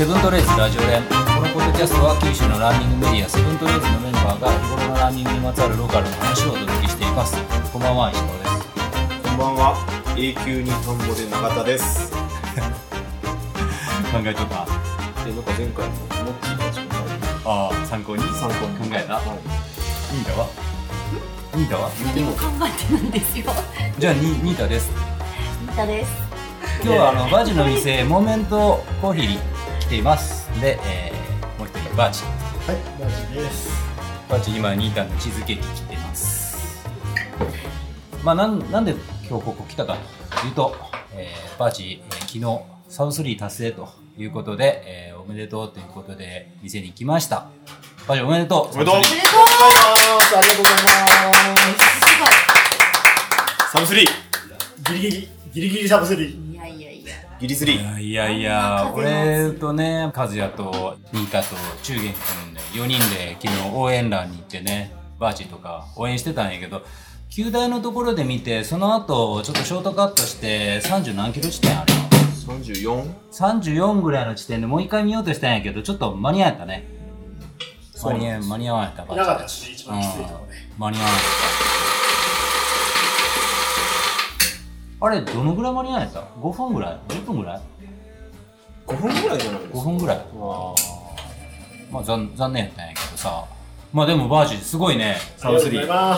セブントレーズラジオ連。このポッドキャストは九州のランニングメディアセブントレーズのメンバーが日頃のランニングにまつわるローカルの話をお届けしています。こんばんは、石川です。 こんばんは、永久にトンボで永田です。 考えとった。 なんか前回のモッチーが紹介、 参考に考えた。 はい、 ニータはニータは何も考えてないんですよ。 じゃあニータです。 ニータです。 今日はバジの店モーメントコーヒーに来ていますで、もう一人バーチ。 はい、バーチです。 バーチ今ニータのチーズケーキ切っています。まあなんで今日ここ来たかというと、バーチ、昨日サブ3達成ということで、おめでとうということで店に来ました。バーチおめでとう。 おめでとう。 ありがとうございます。 サブスリーギリギリサブ3。 ギリスリー。 いや俺とね、和也とニータと中元君で4人で昨日応援欄に行ってね、バーチとか応援してたんやけど、9台のところで見て、その後ちょっとショートカットして30何キロ地点あるの 34 ぐらいの地点でもう一回見ようとしたんやけど、ちょっと間に合ったね。間に合わなかった。 いなかったし、一番きついところで。 間に合わなかった。あれどのぐらい間に合わなかった？ 5 分ぐらい ?10 分ぐらい 5分ぐらいじゃないですか。 5分ぐらい。まあ残念やったんやけどさ。まあでもバーチすごいね。 ありがとうございます。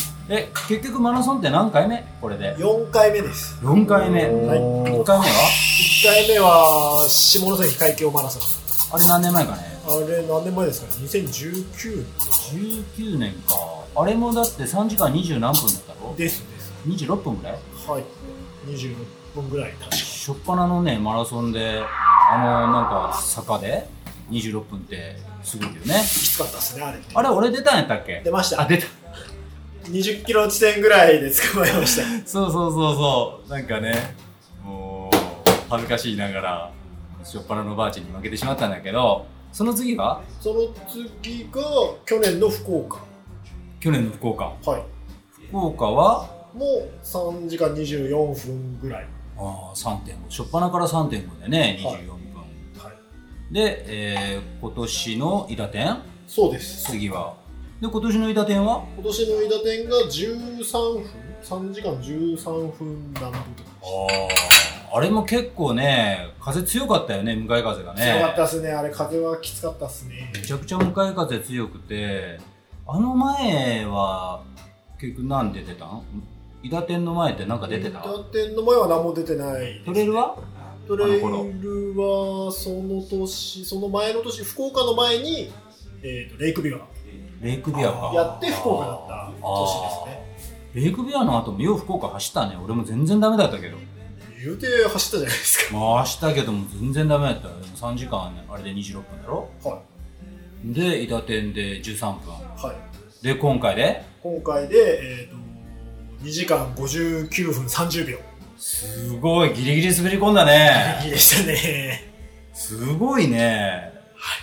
結局マラソンって何回目？これで 4回目です。 4回目。 はい。 1回目は 1回目は下関海峡マラソン。 あれ何年前かね。 あれ何年前ですかね。2019 19年か。あれもだって3時間20何分だったろ。 です。 26分ぐらい。 はい。26分ぐらい確か。 初っ端のねマラソンでなんか坂で26分ってすごいよね。 きつかったですね、あれ。 あれ俺出たんやったっけ？ 出ました。 あ、出た。 20キロ地点ぐらいで捕まえました。 そうなんかね、もう恥ずかしいながら初っ端のバーチに負けてしまったんだけど、その次がその次が去年の福岡。 去年の福岡。 はい。 福岡はもう3時間24分ぐらい。 3.5。初っ端から 3.5 でね、24分。 はい。 で、今年の伊田店？ そうです。 次は。で、今年の伊田店は？ 今年の伊田店が13分、3時間13分何分とか。 あれも結構ね、風強かったよね、向かい風がね。 強かったっすね、あれ風はきつかったっすね。 めちゃくちゃ向かい風強くて、あの前は結局何で出たん？伊田店の前って何か出てた？ 伊田店の前は何も出てないです、ね。 トレイルは？ トレイルはその前の年、福岡の前に、レイクビア。 レイクビアか。 やって福岡だった年ですね。 レイクビアの後もよう福岡走ったね。俺も全然ダメだったけど。 言うて走ったじゃないですか。 走ったけども全然ダメだった。3時間あれで26分だろ。 はい。 で、伊田店で13分。 はい。 で、今回で 2時間59分30秒。 すごい、ギリギリ滑り込んだね。 ギリギリでしたね。 すごいね。はい。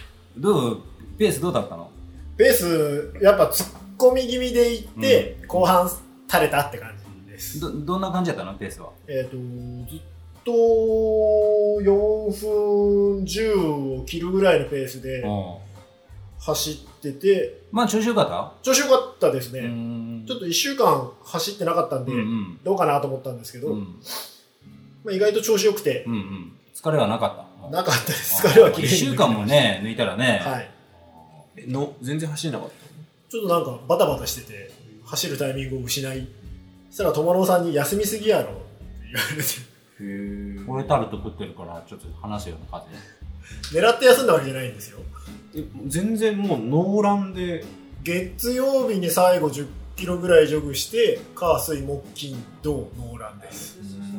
ペースどうだったの？ ペース、やっぱ突っ込み気味でいって、後半垂れたって感じです。 どんな感じだったのペースは？ ずっと4分10を切るぐらいのペースで走ってて、 まあ調子良かった？ 調子良かったですね。ちょっと1週間走ってなかったんで、どうかなと思ったんですけど、まあ、意外と調子良くて、 疲れはなかった？ なかったです。疲れはきれいに 1週間もね、抜いたらね。 はい。 全然走れなかった。 ちょっとなんかバタバタしてて走るタイミングを失い、そしたら友野さんに休みすぎやろって言われて、 俺タルト食ってるからちょっと話すような感じで狙って休んだわけじゃないんですよ。 全然もうノーランで月曜日に最後10キロぐらいジョグして、火水木金土ノーランです。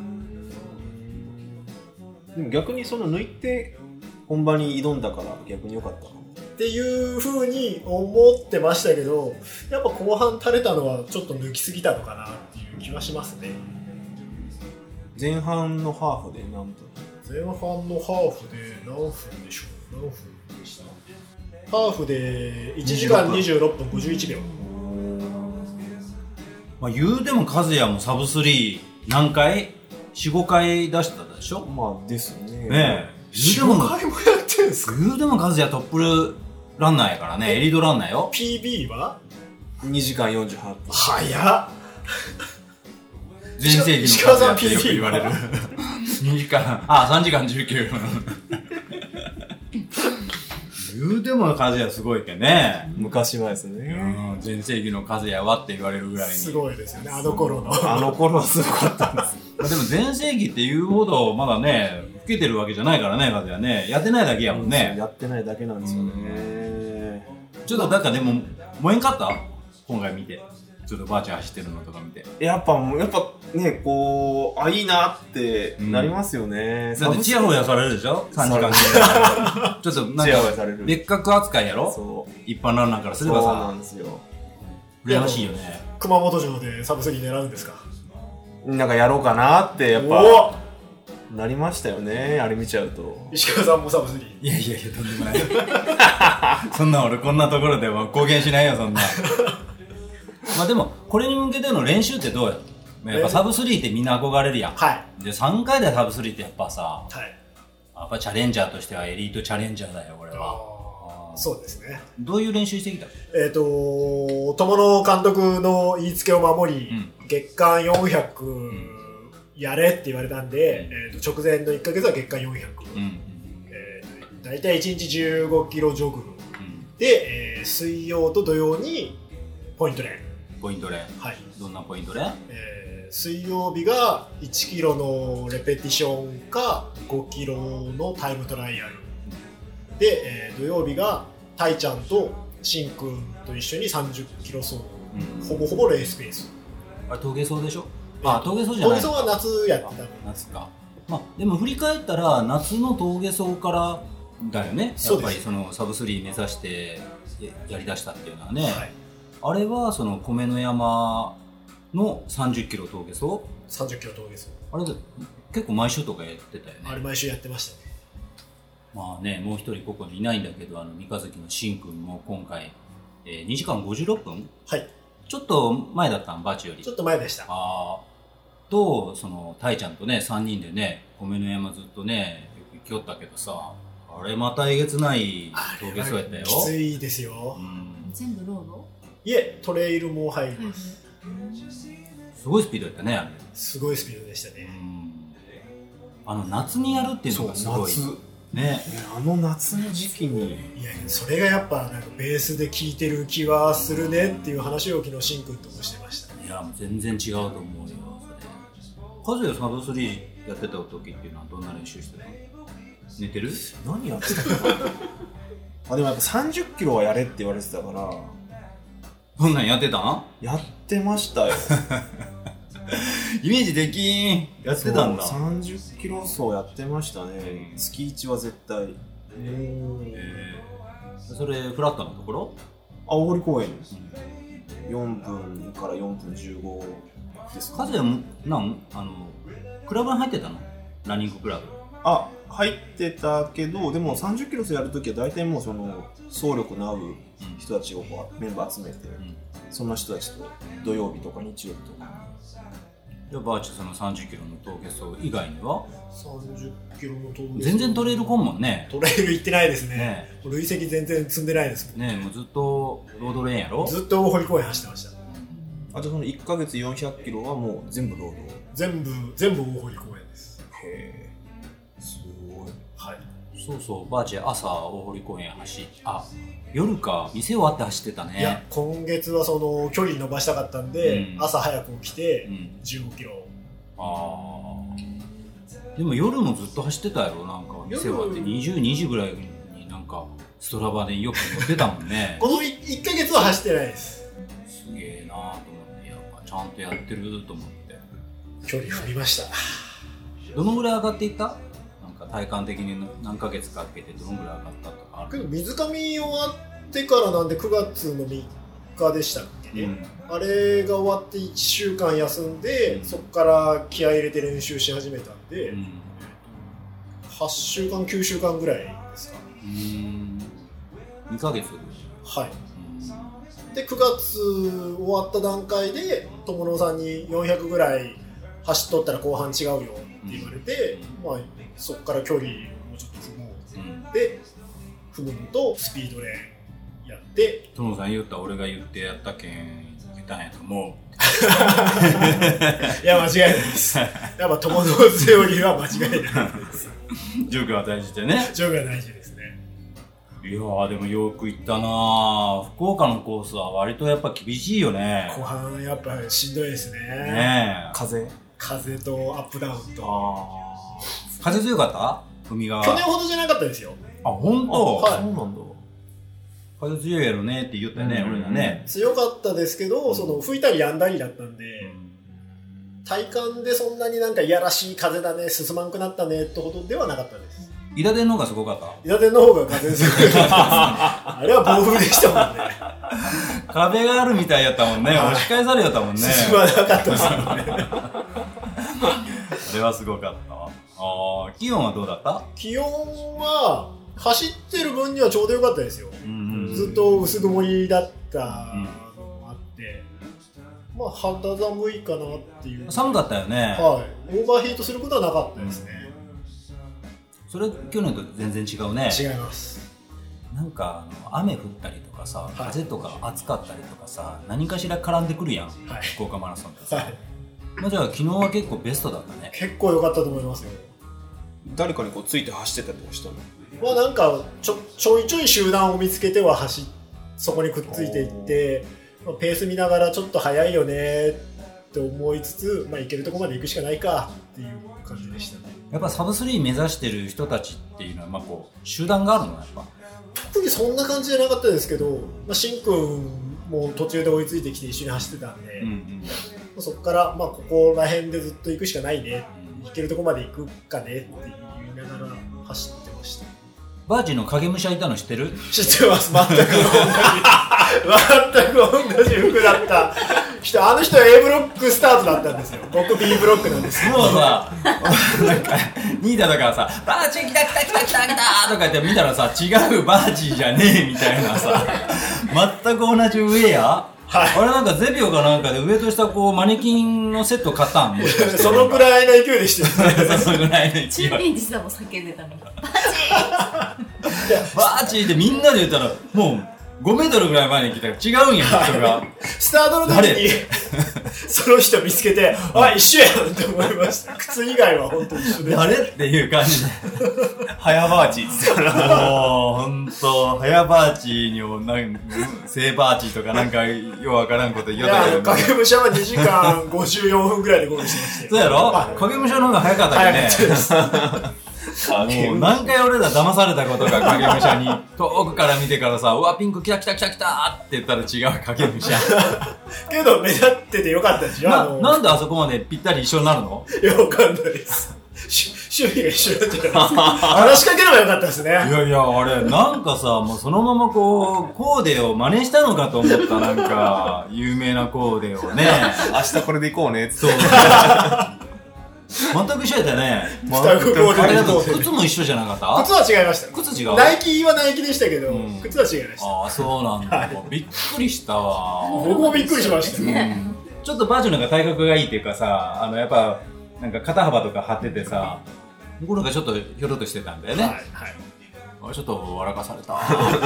でも逆にその抜いて本番に挑んだから逆に良かったっていう風に思ってましたけど、やっぱ後半垂れたのはちょっと抜きすぎたのかなっていう気はしますね。 前半のハーフで何分？ 前半のハーフで何分でしょう？何分でした？ハーフで1時間26分51秒。 まあ言うでも和也もサブ3何回？4、5回出したでしょ？ まあですね。 ねえ。 4、5回もやってるんですか？ 言うても和也トップランナーやからね、エリートランナーよ。 PB は 2時間48分。 早っ。 全盛期の石川さん和也ってよく言われる。2時間、3時間19分。言うても和也すごいけどね。 昔はですね。 全盛期の和也はって言われるぐらいに。 すごいですよね、あの頃の。 あの頃はすごかったんです。 でも全盛期っていうほどまだね、老けてるわけじゃないからね、和也ね。やってないだけやもんね。 やってないだけなんですよね。 ちょっとなんかでも、燃えんかった今回見て。ちょっとばあちゃん走ってるのとか見て。 やっぱね、こう、いいなってなりますよね。 だってチヤホヤされるでしょ ?3 時間ぐらい。ちょっとなんチヤホヤさかれる、 別格扱いやろそう。 一般ランナーからすればそうなさ、 んですよ。 羨ましいよね。 熊本城でサブスリー狙うんですか？ なんかやろうかなって、やっぱ、 おなりましたよね。あれ見ちゃうと。 石川さんもサブスリー。 いやいやいや、とんでもない。そんな俺こんなところでは貢献しないよ、そんな。まあでも、これに向けての練習ってどうやっぱサブ3ってみんな憧れるやん。 はい。 で、3回でサブ3ってやっぱさ、 はい。 やっぱチャレンジャーとしてはエリートチャレンジャーだよ、これは。 そうですね。 どういう練習してきた？ 友野監督の言いつけを守り、月間400やれって言われたんで、直前の1ヶ月は月間400。だいたい1日15キロジョグで、水曜と土曜にポイント練。 ポイント練。 はい。 どんなポイント練？ 水曜日が1キロのレペティションか5キロのタイムトライアルで、土曜日がタイちゃんとシンくんと一緒に30キロ走、ほぼほぼレースペース。 あれ峠走でしょ？峠走じゃない。 峠走は夏やってたの。 夏か。まあでも振り返ったら夏の峠走からだよね。やっぱりそのサブ3目指してやりだしたっていうのはね。はい、あれはその米の山の30キロ峠走 ？30キロ峠走。 あれ結構毎週とかやってたよね。 あれ毎週やってましたね。 まあね、もう一人ここにいないんだけど、三日月のしんくんも今回、2時間56分？ はい。 ちょっと前だったん、バチより。 ちょっと前でした。 と、その、タイちゃんとね、3人でね、米の山ずっとね、よく行きよったけどさ、あれまたえげつない峠走やったよ。 きついですよ。 全部ロード？ いえ、トレイルも入ります。 すごいスピードやったね、あれ。 すごいスピードでしたね。 夏にやるっていうのがすごい。ね、 夏の時期に。 いや、それがやっぱなんかベースで効いてる気はするねっていう話を昨日しんくんともしてました。 いや、もう全然違うと思うよ、それ。カズヤサブ3やってた時っていうのはどんな練習してたの？寝てる？ 何やってたかな。でもやっぱ30キロはやれって言われてたから。 そんなんやってたん？ やってましたよ。 イメージできーん。やってたんだ。 30キロ走やってましたね。月1は絶対。 それフラットのところ？ 青堀公園です。4分から4分15ですか。 カズヤもクラブに入ってたの？ランニングクラブ。 入ってたけど、でも30キロ走やるときは大体もうその走力の合う人たちをこうメンバー集めて、そんな人たちと土曜日とか日曜日とか。 じゃあバーチその30キロの峠走以外には 30キロの峠走全然トレイルこんもんね。 トレイル行ってないですね。累積全然積んでないですもんね。もうずっとロードレーンやろ？ ずっと大堀公園走ってました。 じゃあその1ヶ月400キロはもう全部ロード？ 全部大堀公園です。 へー、すごい。 はい。 そうそう、バーチ朝大堀公園夜か、店終わって走ってたね。 いや、今月はその距離伸ばしたかったんで、朝早く起きて15キロ。 でも夜もずっと走ってたやろ。なんか店終わって22時ぐらいになんかストラバでよく乗ってたもんね。 この1ヶ月は走ってないです。 すげえなぁと思って、やっぱちゃんとやってると思って。 距離振りました。 どのぐらい上がっていった？体感的に何ヶ月かけてどのぐらい上がったとかある？ けど水上終わってからなんで9月の3日でしたっけね、あれが終わって1週間休んで、そこから気合い入れて練習し始めたんで、8週間9週間ぐらいですか。 2ヶ月？はい。 で9月終わった段階で友野さんに400ぐらい走っとったら後半違うよって言われて、まあそこから距離もちょっと踏もうってで踏むのとスピードレーンやって、 友さん言った俺が言ってやったけん下手やと思う。 いや間違いないです。やっぱ友のセオリーは間違いないです。 ジョークは大事でね。 ジョークは大事ですね。 いやーでもよく行ったなー。福岡のコースは割とやっぱ厳しいよね。 後半やっぱしんどいですね。 ねえ。 風とアップダウンと。 風強かった？海側。 去年ほどじゃなかったですよ。 あ、本当？ はい。 そうなんだ。 風強いやろねって言ったね、俺がね。 強かったですけど、その吹いたりやんだりだったんで、体感でそんなになんかいやらしい風だね、進まんくなったねってほどではなかったです。 伊達の方がすごかった？ 伊達の方が風強かったです。あれは暴風でしたもんね。 壁があるみたいやったもんね。押し返されやったもんね。 進まなかったですもんね。 あれはすごかった。気温はどうだった？ 気温は走ってる分にはちょうどよかったですよ。ずっと薄曇りだったのもあって、まあ肌寒いかなっていう。 寒かったよね。 はい。オーバーヒートすることはなかったですね。 それ去年と全然違うね。 違います。 なんか雨降ったりとかさ、風とか暑かったりとかさ、何かしら絡んでくるやん、福岡マラソンってさ。まあじゃあ昨日は結構ベストだったね。 結構良かったと思いますよ。 誰かにこうついて走ってたりとかしたの？ まあなんかちょいちょい集団を見つけてはそこにくっついていって、ペース見ながらちょっと速いよねって思いつつ、まあ行けるところまで行くしかないかっていう感じでしたね。 やっぱサブ3目指してる人たちっていうのはまあこう集団があるのやっぱ。 特にそんな感じじゃなかったですけど、まあ、しんくんも途中で追いついてきて一緒に走ってたんで、そこからまあここら辺でずっと行くしかないね、行けるところまで行くかねって言いながら走ってました。 バーチの影武者いたの知ってる？ 知ってます。全く同じ服だった人。あの人は A ブロックスタートだったんですよ。僕 B ブロックなんですよ。 もうさ、なんかニータだからさ、バーチ来たとか言って見たらさ、違うバーチじゃねえみたいなさ、全く同じウェア。はい、あれなんかゼビオかなんかで上と下こうマネキンのセット買ったん？ そのぐらいの勢いでしたよね。 そのぐらいの勢い。 中堅実はもう叫んでたの。バーチってみんなで言ったらもう5メートルぐらい前に来たら違うんや人が。 スタートの時にその人見つけて、あ、一緒やんって思いました。靴以外は本当に一緒で。 誰っていう感じで。 早バーチですから。 もうほんと早バーチにも正バーチとかなんかようわからんこと言ったけど。 影武者は2時間54分ぐらいでゴールしましたよ。 そうやろ？影武者の方が早かったよね。もう何回俺ら騙されたことが影武者に遠くから見てからさ、うわピンク来たって言ったら違う影武者。 けど目立っててよかったでしょ。 なんであそこまでぴったり一緒になるの？ いや、わかんないです。趣味が一緒なんじゃないですか。話しかければよかったですね。いやあれなんかさ、もうそのままこうコーデを真似したのかと思った。なんか有名なコーデをね。 明日これで行こうねって。 そう。全く一緒やったね。 あれだと靴も一緒じゃなかった？ 靴は違いました。 靴違う？ ナイキはナイキでしたけど、靴は違いました。 ああ、そうなんだ。びっくりしたわ。 僕もびっくりしました。 ちょっとバージョンの方が体格がいいっていうかさ、やっぱなんか肩幅とか張っててさ、ところがちょっとひょろっとしてたんだよね。はいはい。ちょっと笑かされた。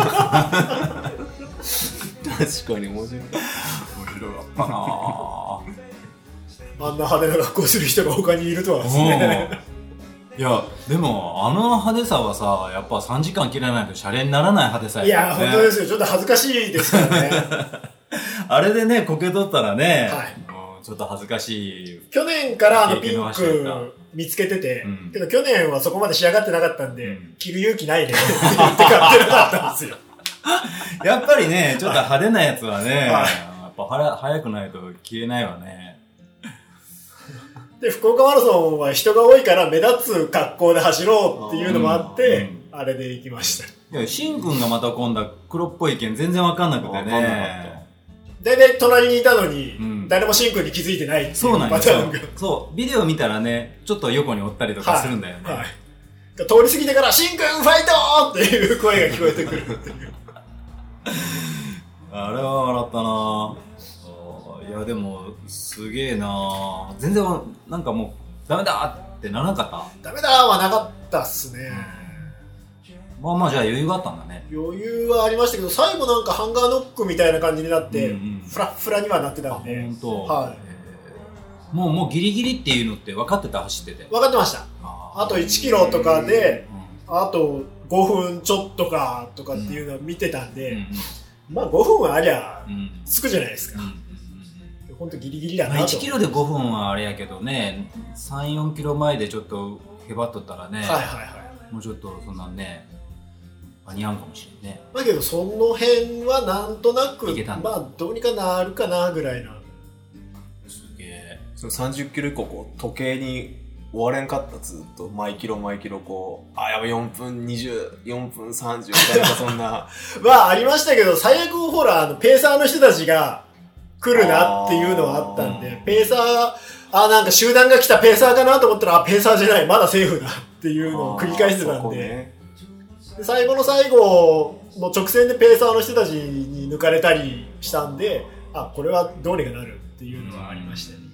確かに面白い。 面白かったな。 あんな派手な格好する人が他にいるとはですね。 いやでもあの派手さはさ、やっぱ3時間切らないとシャレにならない派手さや、ね。いや本当ですよ。ちょっと恥ずかしいですからね。 あれでねこけ取ったらね、もうちょっと恥ずかしい。 去年からピンク見つけてて、けど去年はそこまで仕上がってなかったんで、着る勇気ないねって言って買ってなかったんですよ。 やっぱりねちょっと派手なやつはね、やっぱ早くないと着れないわね。 で、福岡マラソンは人が多いから目立つ格好で走ろうっていうのもあって、あれで行きました。 いや、しんくんがまた今度は黒っぽいけん全然わかんなくてね。 だいたい隣にいたのに、誰もしんくんに気づいてないっていうパターンが。 そう、ビデオ見たらね、ちょっと横におったりとかするんだよね。 通り過ぎてから、しんくんファイトっていう声が聞こえてくるっていう。 あれは笑ったないやでもすげえな。全然なんかもうダメだってならなかった？ ダメだはなかったっすね。 まあまあじゃあ余裕があったんだね。 余裕はありましたけど、最後なんかハンガーノックみたいな感じになって、フラッフラにはなってたんで。 本当。 はい。 もうギリギリっていうのって分かってた、走ってて。 分かってました。あと1キロとかで、あと5分ちょっとかとかっていうのを見てたんで、まあ5分はありゃつくじゃないですか。本当ギリギリだなと。 1キロで5分はあれやけどね、3、4キロ前でちょっとへばっとったらね、もうちょっとそんなんね、間に合うかもしれんね。 だけどその辺はなんとなく、まあどうにかなるかなぐらいな。 すげえ。 その30キロ以降こう時計に終われんかったずっと毎キロこうやばい4分20、4分30みたいなそんなはありましたけど、最悪ほらペーサーの人たちが来るなっていうのはあったんで、ペーサーなんか集団が来たペーサーかなと思ったら、ペーサーじゃない、まだセーフだっていうのを繰り返してたんで、で最後の最後の直線でペーサーの人たちに抜かれたりしたんで、これはどうにかなるっていうのはありましたね。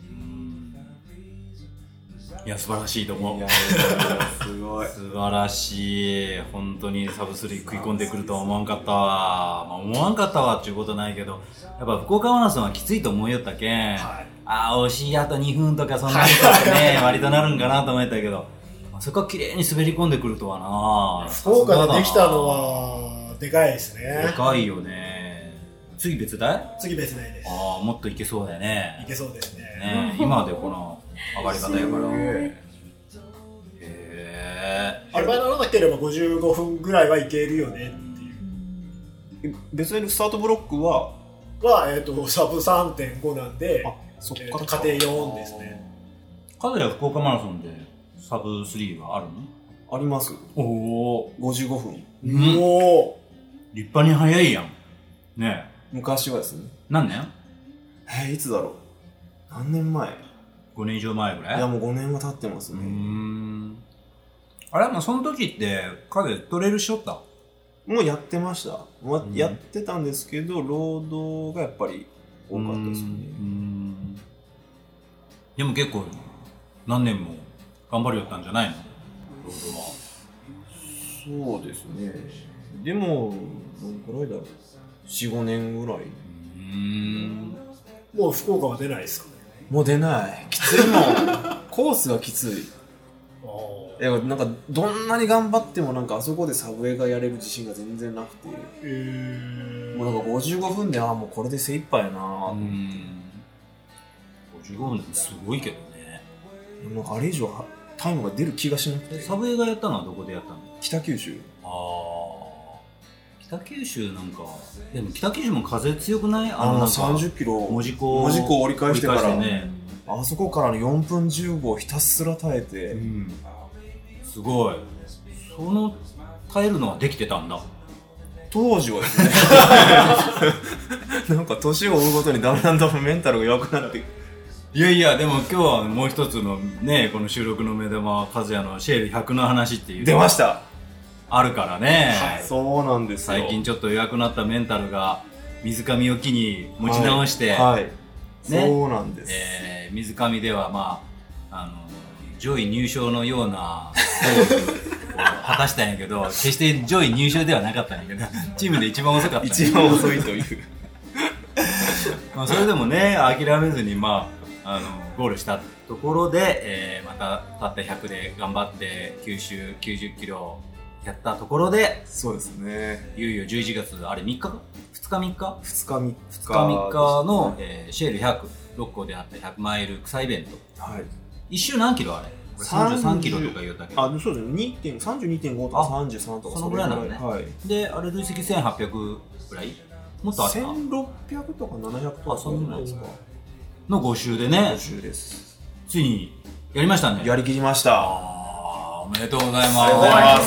いや素晴らしいと思う。 すごい素晴らしい。本当にサブスリー食い込んでくるとは思わんかったわ。まあ、思わんかったわっていうことないけど、やっぱ福岡マラソンはきついと思いよったけん、惜しいあと2分とかそんなにってね、割となるんかなと思ったけど、そこは綺麗に滑り込んでくるとはな。 福岡でできたのはでかいですね。 でかいよね。次別大？ 次別大です。 もっといけそうだよね。 いけそうですね。 今でこの上がり方やから。 アルバイトがなければ55分ぐらいはいけるよねっていう。 別にスタートブロックはサブ 3.5 なんで、 そっから家庭4ですね。 カズヤ福岡マラソンでサブ3はあるの？ あります。55分。 お立派に早いやん。ねえ。 昔はですね。 何年？ いつだろう。何年前 ？5年以上前ぐらい？ いやもう5年は経ってますね。 あれその時って彼トレイルしとった？ もうやってました。やってたんですけど、ロードがやっぱり多かったですよね。 でも結構何年も頑張りよったんじゃないの？ロードは。そうですね。でも何くらいだろう。4、5年ぐらい。 もう福岡は出ないですか？ もう出ない。きついもん。コースがきつい。なんかどんなに頑張ってもなんかあそこでサブウェイがやれる自信が全然なくて、もうなんか55分でもうこれで精一杯やなぁ。 55分でもすごいけどね。 なんかあれ以上タイムが出る気がしなくて。 サブウェイがやったのはどこでやったの？ 北九州。 北九州なんかでも北九州も風強くない？ 30キロ門司港折り返してからね、 あそこからの4分15をひたすら耐えて、 すごい。その耐えるのはできてたんだ。 当時はですねなんか年を追うごとにだんだんメンタルが弱くなって。 いやでも今日はもう一つのね、この収録の目玉は和也のシェール100の話っていう出ましたあるからね、 そうなんですよ。 最近ちょっと弱くなったメンタルが水上を機に持ち直して、 そうなんです、 水上では上位入賞のような果たしたんやけど、決して上位入賞ではなかったんやけど、チームで一番遅かった。 一番遅いというそれでもね、諦めずにゴールしたところで、またたった100で頑張って90キロやったところで、 そうですね、 いよいよ11月あれ3日か2日3日の、シェール100、6校であった100マイル草イベント、一周何キロあれ？33キロとか言ったけど、 そうですね、32.5 とか33とかそのぐらいなのね。で、あれ累積1800ぐらい、もっとあった？ 1600 とか700とかそうじゃないですかの5周でね。 5周です。 ついにやりましたね。 やりきりました。 おめでとうございます。 ありがとうございます。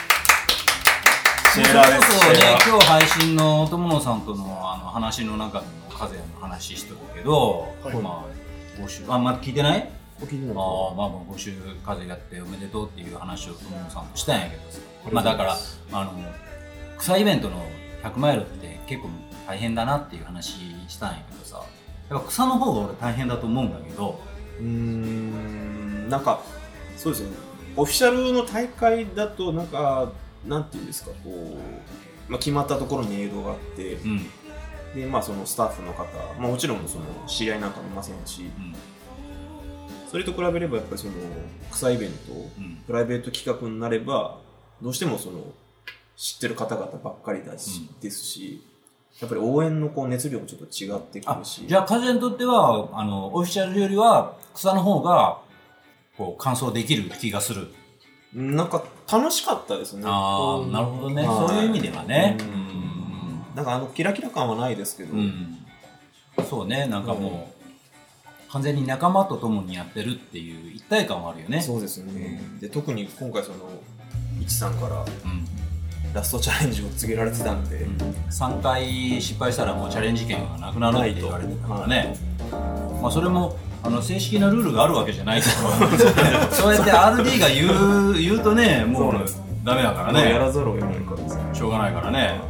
それこそね、今日配信の友野さんとの話の中でも和也の話しとるけど、5周まだ聞いてない？ 聞いてない。 5周和也やっておめでとうっていう話を友野さんとしたんやけどさ、だから草イベントの100マイルって結構大変だなっていう話したんやけどさ、やっぱ草の方が俺大変だと思うんだけど、 なんかそうですね、オフィシャルの大会だとなんかなんていうんですか、こう、決まったところにエイドがあって、でそのスタッフの方、もちろんその知り合いなんかもいませんし、それと比べればやっぱりその草イベント、プライベート企画になればどうしてもその知ってる方々ばっかりですし、やっぱり応援のこう熱量もちょっと違ってくるし。 じゃあカズヤにとってはオフィシャルよりは草の方がこう完走できる気がする。 なんか楽しかったですね。 ああ、なるほどね。そういう意味ではね。 なんかキラキラ感はないですけど。 そうね、なんかもう完全に仲間と共にやってるっていう一体感はあるよね。 そうですね。で特に今回そのいちさんからラストチャレンジを告げられてたんで、 3回失敗したらもうチャレンジ権がなくなるって言われてたからね。それも正式なルールがあるわけじゃないけどそうやって RD が言うとね、もうダメだからね。 やらざるを得ないからですね。 しょうがないからね。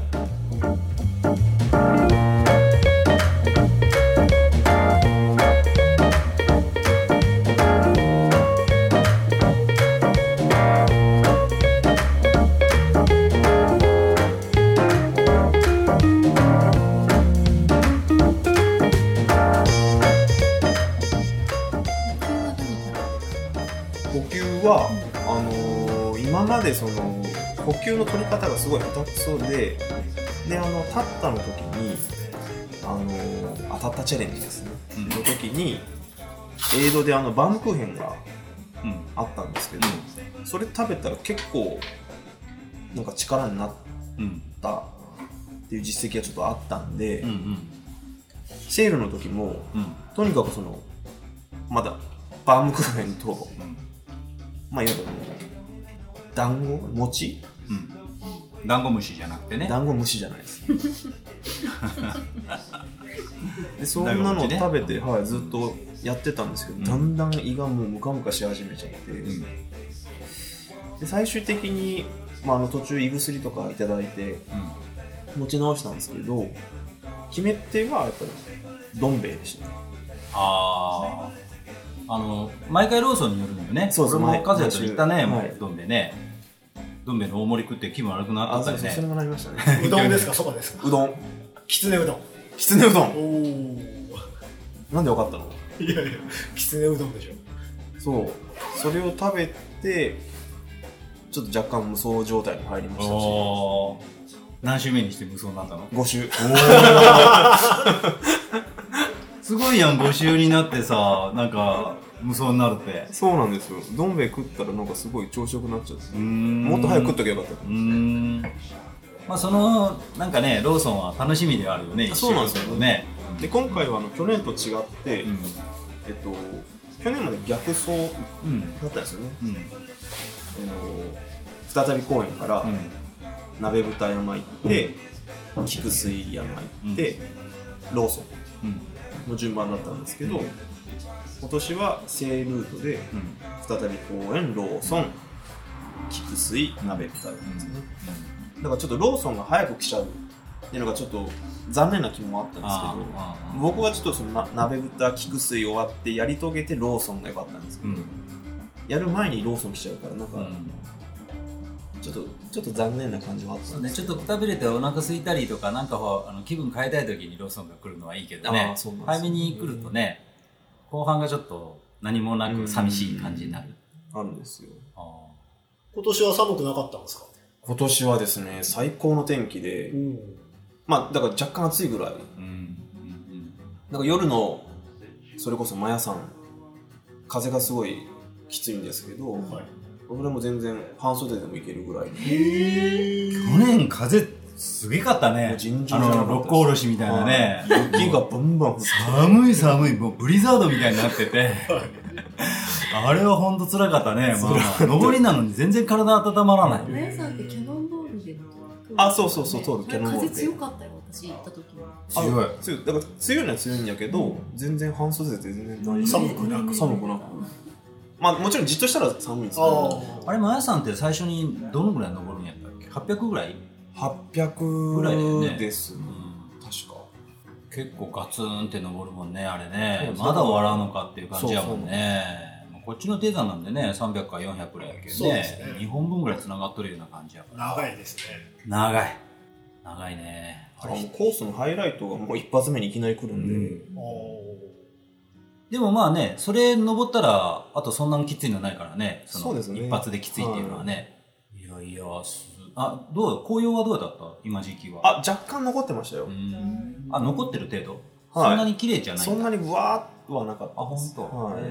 今までその呼吸の取り方がすごい下手くそで、タッタの時に当たったチャレンジですね、の時にエイドでバームクーヘンがあったんですけど、それ食べたら結構なんか力になったっていう実績がちょっとあったんで、セールの時も、とにかくそのまだバームクーヘンと、いわゆる団子餅、 ダンゴムシじゃなくてね。 ダンゴムシじゃないですでそんなのを食べて、ずっとやってたんですけど、だんだん胃がもうムカムカし始めちゃって、で最終的に、途中胃薬とかいただいて、持ち直したんですけど、決め手はやっぱりどん兵衛でしたね。 毎回ローソンによるのよね。 そうです。 俺もカズヤと行ったね、どん兵衛ね。どん兵衛の大盛り食って気分悪くなったりね。 それもなりましたね。 うどんですか、そばですか。 うどん。 きつねうどん。 きつねうどん。なんで分かったの？ いやいや、きつねうどんでしょ。 そう。それを食べて、ちょっと若干無双状態に入りましたし。 何週目にして無双になったの ？5週。 すごいやん、5週になってさ、なんか無双になるって。 そうなんですよ。どん兵衛食ったらなんかすごい朝食になっちゃって、もっと早く食っときゃよかった。 そのなんかね、ローソンは楽しみではあるよね。 そうなんですよね。 で今回は去年と違って、去年まで逆走だったんですよね。再び公園から、鍋豚山行って、菊水山行って、ローソンの順番だったんですけど、今年は正ルートで、再び公園、ローソン、菊水、鍋豚だったんですね。だからちょっとローソンが早く来ちゃうっていうのがちょっと残念な気もあったんですけど、僕はちょっとその鍋豚、菊水終わってやり遂げてローソンが良かったんですけど、やる前にローソン来ちゃうからなんか、ちょっと残念な感じはあったんですね。ちょっとくたびれてお腹空いたりとか、なんか気分変えたい時にローソンが来るのはいいけどね、早めに来るとね、後半がちょっと何もなく寂しい感じになる。 あるんですよ。 今年は寒くなかったんですか？ 今年はですね、最高の天気で、だから若干暑いぐらい。なんか夜の、それこそマヤさん、風がすごいきついんですけど、俺も全然半袖でもいけるぐらい。 去年風すげかったね。六甲おろしみたいなね。 雪がバンバン降って。 寒い、もうブリザードみたいになってて。あれはほんと辛かったね。上りなのに全然体温まらない。 マヤさんってキャノンボールで。 そう、通るキャノンボールで。 風強かったよ、私行った時は。強い。だから強いのは強いんやけど、全然半袖で全然寒くなく。 もちろんじっとしたら寒いんですけど。 あれ、マヤさんって最初にどのぐらい登るんやったっけ？ 800 ぐらい ？800ぐらいですね。確か。結構ガツンって登るもんね、あれね。まだ終わらんのかっていう感じやもんね。 こっちの低山なんでね、300から400くらいやけどね。 そうですね。 2本分ぐらい繋がっとるような感じやから。 長いですね。 長い。長いね。 コースのハイライトがもう一発目にいきなり来るんで。 でもまあね、それ登ったら、あとそんなにきついのないからね。 そうですね。 一発できついっていうのはね。いやいや、紅葉はどうだった今時期は。 若干残ってましたよ。 残ってる程度、 はい、 そんなに綺麗じゃないんだ。 そんなにブワーッはなかった。 本当。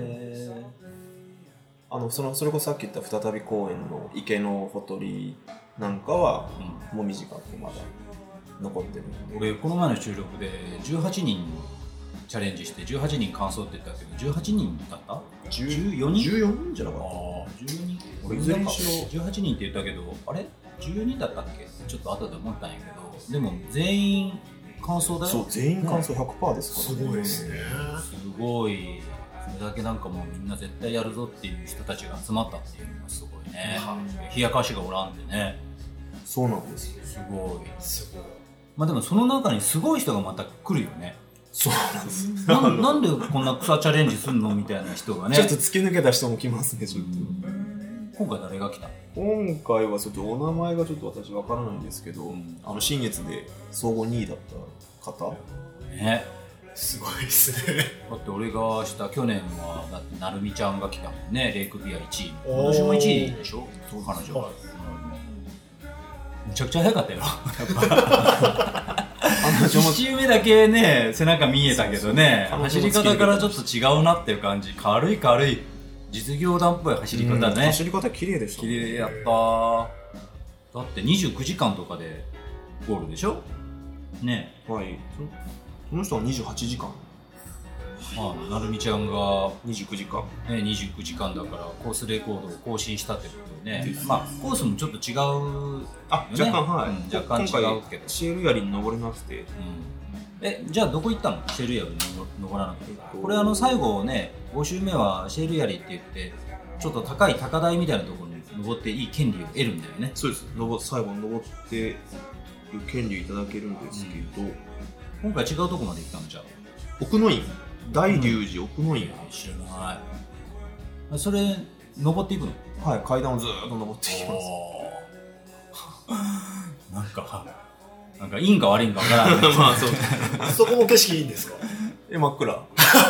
はい。それこそさっき言った再び公園の池のほとりなんかは、もみじがまだ残ってる。 俺、この前の収録で18人チャレンジして18人完走って言ったけど、18人だった ?14 人 ?14 人じゃなかった。 14人。 俺いずれにしろ 18人って言ったけど、あれ14人だったっけちょっと後で思ったんやけど、でも全員完走だよ。 そう、全員完走 100% ですからね。すごいですね。 すごい。それだけなんかもうみんな絶対やるぞっていう人たちが集まったっていうのがすごいね。冷やかしがおらんでね。 そうなんですよ。 すごい。すごい。まあでもその中にすごい人がまた来るよね。 そうなんです。 なんでこんな草チャレンジすんのみたいな人がね。 ちょっと突き抜けた人も来ますね、ちょっと。 今回誰が来た？ 今回はちょっとお名前がちょっと私わからないんですけど、新月で総合2位だった方ね。 すごいですね。 だって俺がした去年はだってなるみちゃんが来たもんね。レイクビア1位。今年も1位でしょ？そう彼女。はい、むちゃくちゃ速かったよ。1周目だけね背中見えたけどね、走り方からちょっと違うなっていう感じ。軽い実業団っぽい走り方ね。 走り方綺麗でしたね。 綺麗やった。だって29時間とかでゴールでしょね。 はい。その人は28時間。 なるみちゃんが 29時間。 ね、29時間だからコースレコードを更新したってことでね。まあコースもちょっと違うよね。 若干はい。 若干違うけど。 シェールヤリに登れなくて。 じゃあどこ行ったの？シェールヤリに登らなくて。これ最後ね、5周目はシェールヤリって言ってちょっと高い高台みたいなところに登っていい権利を得るんだよね。 そうです。最後登ってる権利をいただけるんですけど、 今回違うとこまで行ったの？じゃあ奥の院、大龍寺奥の院。 知らない。それ登っていくの？ はい、階段をずーっと登っていきます。なんかいいんか悪いんかわからない。 まあそう。 そこも景色いいんですか？ 真っ暗。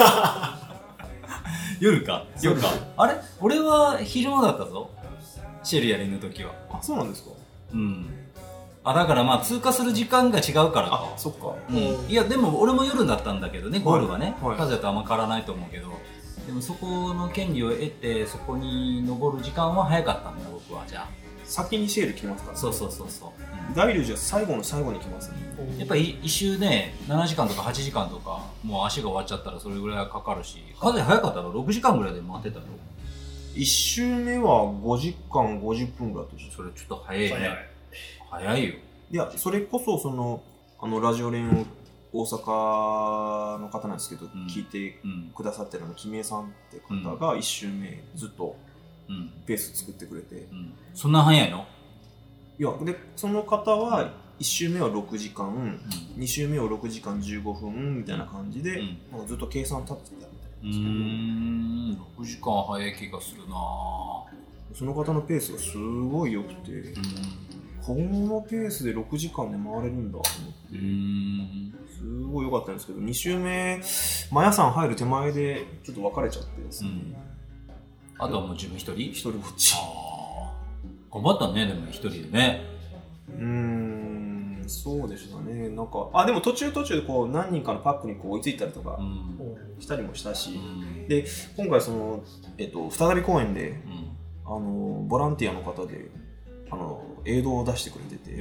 夜か。あれ？俺は昼間だったぞ。シェルヤリの時は。 あ、そうなんですか？ うん。だからまあ通過する時間が違うからか。 そっか。 いやでも俺も夜だったんだけどね、ゴールはね。 はい、 風とあんま変わらないと思うけど。でもそこの権利を得てそこに登る時間は早かったんだ僕は。じゃあ先にシェール来ますからね。 そう、 大龍寺は最後の最後に来ますね。 やっぱり一周ね7時間とか8時間とかもう足が終わっちゃったらそれぐらいはかかるし、風早かったら6時間ぐらいで回ってたの。 1周目は5時間50分ぐらいだった。 それちょっと早いね。早いよ。 いや、それこそラジオ連を大阪の方なんですけど、聞いてくださってるキミエさんって方が1周目ずっとペース作ってくれて、 そんな早いの？ いや、でその方は1周目は6時間、2周目は6時間15分みたいな感じで、なんかずっと計算立ってたみたいなんですけど、 6時間早い気がするな。 その方のペースがすごい良くて、このペースで6時間で回れるんだと思って、すごい良かったんですけど、2周目マヤさん入る手前でちょっと別れちゃってですね、 あとはもう自分一人ぼっち。 頑張ったね。でも一人でね。 そうでしたね。なんかでも途中でこう何人かのパックにこう追いついたりとかしたりもしたし、で今回再び公園で、ボランティアの方でエイドを出してくれてて、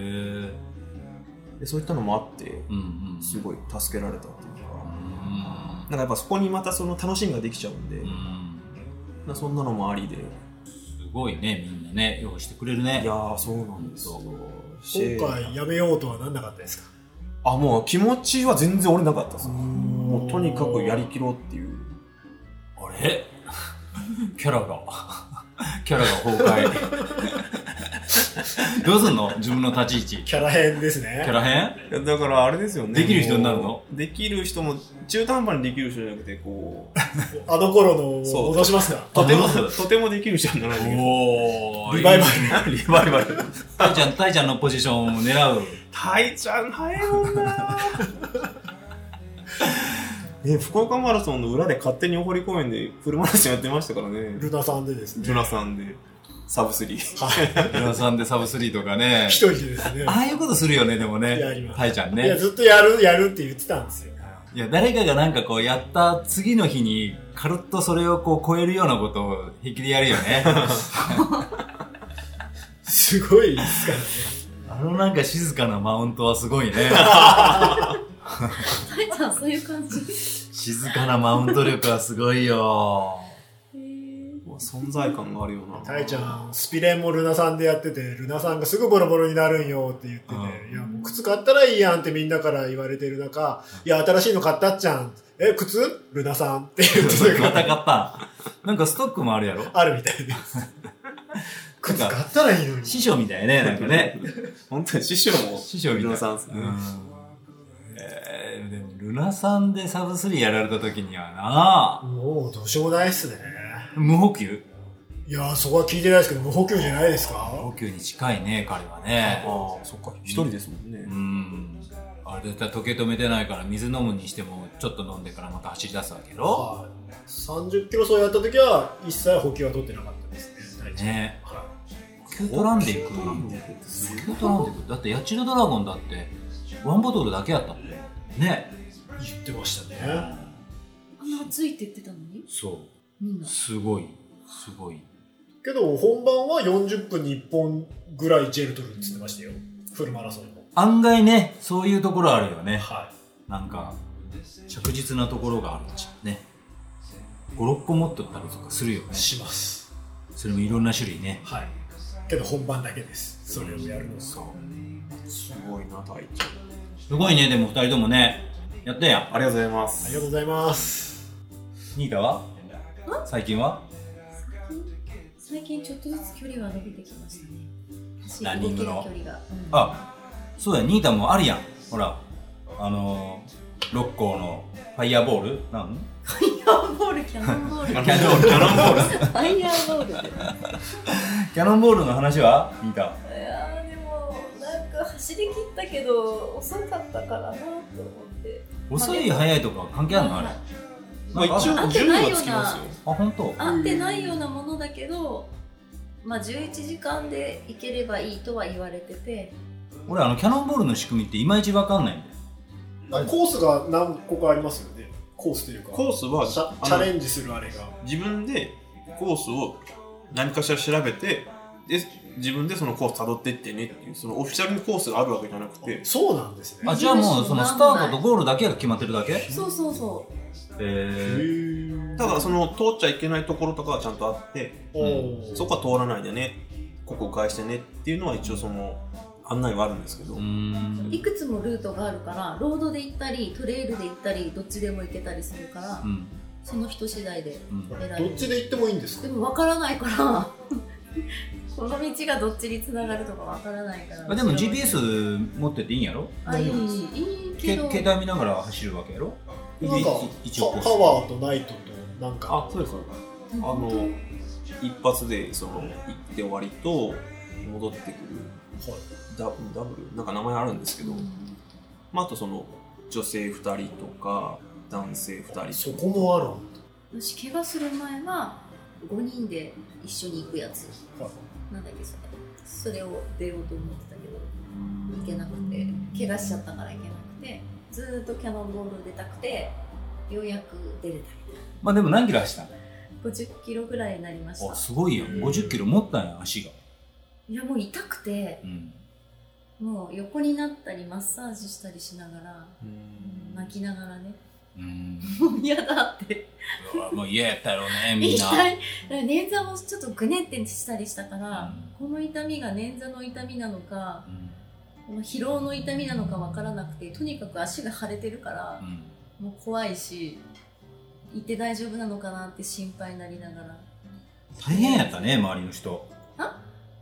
でそういったのもあって、すごい助けられたっていうか、なんかやっぱそこにまたその楽しみができちゃうんで、そんなのもありで。 すごいね、みんなね、用意してくれるね。 いやー、そうなんですよ。 今回やめようとはなんなかったですか？ もう気持ちは全然折れなかったです。もうとにかくやりきろうっていう。 あれキャラが崩壊。どうすんの？自分の立ち位置。 キャラ変ですね。 キャラ変？ だからあれですよね。 できる人になるの？ できる人も中途半端にできる人じゃなくて、こうあの頃の戻しますか。 とてもできるじゃん、7人。 おー。 リバイバル。 リバイバル。 タイちゃんのポジションを狙う。 タイちゃん早いもんな福岡マラソンの裏で勝手に大堀公園でフルマラソンやってましたからね。 ルナさんでですね。 ルナさんで。サブ3。 ルナさんでサブ3とかね。 一人でですね。 ああいうことするよね、でもね。 やります。 タイちゃんね。 いや、ずっとやるって言ってたんですよ。 いや、誰かがなんかこうやった次の日に、カルッとそれをこう超えるようなことを平気でやるよね。 すごいですからね。 なんか静かなマウントはすごいね。 タイちゃんそういう感じ。 静かなマウント力はすごいよ。 存在感があるよな。 タイちゃん、スピレンもルナさんでやってて、ルナさんがすぐボロボロになるんよって言ってて、いや、もう靴買ったらいいやんってみんなから言われてる中、いや、新しいの買ったっちゃん。靴ルナさんって言ってまた買った。なんかストックもあるやろ？ あるみたいです。靴買ったらいいのに。 師匠みたいね、なんかね。 本当に師匠も師匠みたい。 ルナさんですね。 でもルナさんでサブ3やられた時にはなもうどうしようもないっすね。 無補給？ いやー、そこは聞いてないですけど、無補給じゃないですか？ 無補給に近いね、彼はね。 ああ、そっか。一人ですもんね。 あれだったら時計止めてないから水飲むにしてもちょっと飲んでからまた走り出すわけやろ。 30キロ走やった時は一切補給は取ってなかったですね。 ね。補給取らんでいく。補給取らんでいく。だってヤチルドラゴンだってワンボトルだけやったもんね。ね。 言ってましたね。 あんな暑いって言ってたのに。 そう。 みんな。 すごい。 けど本番は40分に1本ぐらいジェル取るって言ってましたよ。フルマラソンも。 案外ね、そういうところあるよね。 はい。 なんか着実なところがあるんちゃね。5、6個持っとったりとかするよね。 します。 それもいろんな種類ね。 はい。けど本番だけです。それをやるの。 そう。すごいな、タイちゃん。 すごいね、でも2人ともね、やったやん。 ありがとうございます。 ありがとうございます。 ニータは？最近は？ 最近ちょっとずつ距離は伸びてきましたね。 ランニングの距離が。 あ、そうだ、ニータもあるやん。ほら、6校のファイヤーボール？なんファイヤーボール、キャノンボール。 キャノンボール。 ファイヤーボール。 キャノンボールの話はニータ？ いやーでもなんか走り切ったけど遅かったからなと思って。 遅い早いとか関係あるのあれ？ まあ一応順位はつきますよ。 あ、本当？ 合ってないようなものだけど、まあ11時間で行ければいいとは言われてて。 俺キャノンボールの仕組みっていまいち分かんないんだよ。 コースが何個かありますよね。コースというか。 コースはチャレンジするあれが。 自分でコースを何かしら調べて、で自分でそのコース辿っていってねっていう、そのオフィシャルにコースがあるわけじゃなくて。 そうなんですね。 あ、じゃあもうそのスタートとゴールだけが決まってるだけ？ そうそうそう。 だからその通っちゃいけないところとかはちゃんとあって、そこは通らないでね、ここを返してねっていうのは一応その案内はあるんですけど、 いくつもルートがあるから、ロードで行ったりトレイルで行ったりどっちでも行けたりするから、その人次第で選べる。 どっちで行ってもいいんですか？ でも分からないからこの道がどっちに繋がるとか分からないから。 でも GPS 持ってていいんやろ？ あ、いいけど携帯見ながら走るわけやろ？ なんかパワーとナイトとなんか。 あ、そうです。一発でその行って終わりと戻ってくる、ダブルなんか名前あるんですけど、まあ、あとその女性2人とか男性2人。 そこもある。 私怪我する前は5人で一緒に行くやつ、なんだっけそれを出ようと思ってたけど行けなくて、怪我しちゃったから行けなくて、ずーっとキャノンボール出たくてようやく出れた。 まあでも何キロ走ったの ？50キロぐらいになりました。 あ、すごいよ。50キロ持ったんや、足が。 いやもう痛くて、もう横になったりマッサージしたりしながら、泣きながらね、もう嫌だってもう嫌やったやろうね、みんな。 捻挫もちょっとグネってしたりしたから、この痛みが捻挫の痛みなのか、疲労の痛みなのか分からなくて、とにかく足が腫れてるから、もう怖いし、行って大丈夫なのかなって心配になりながら。 大変やったね、周りの人。 あ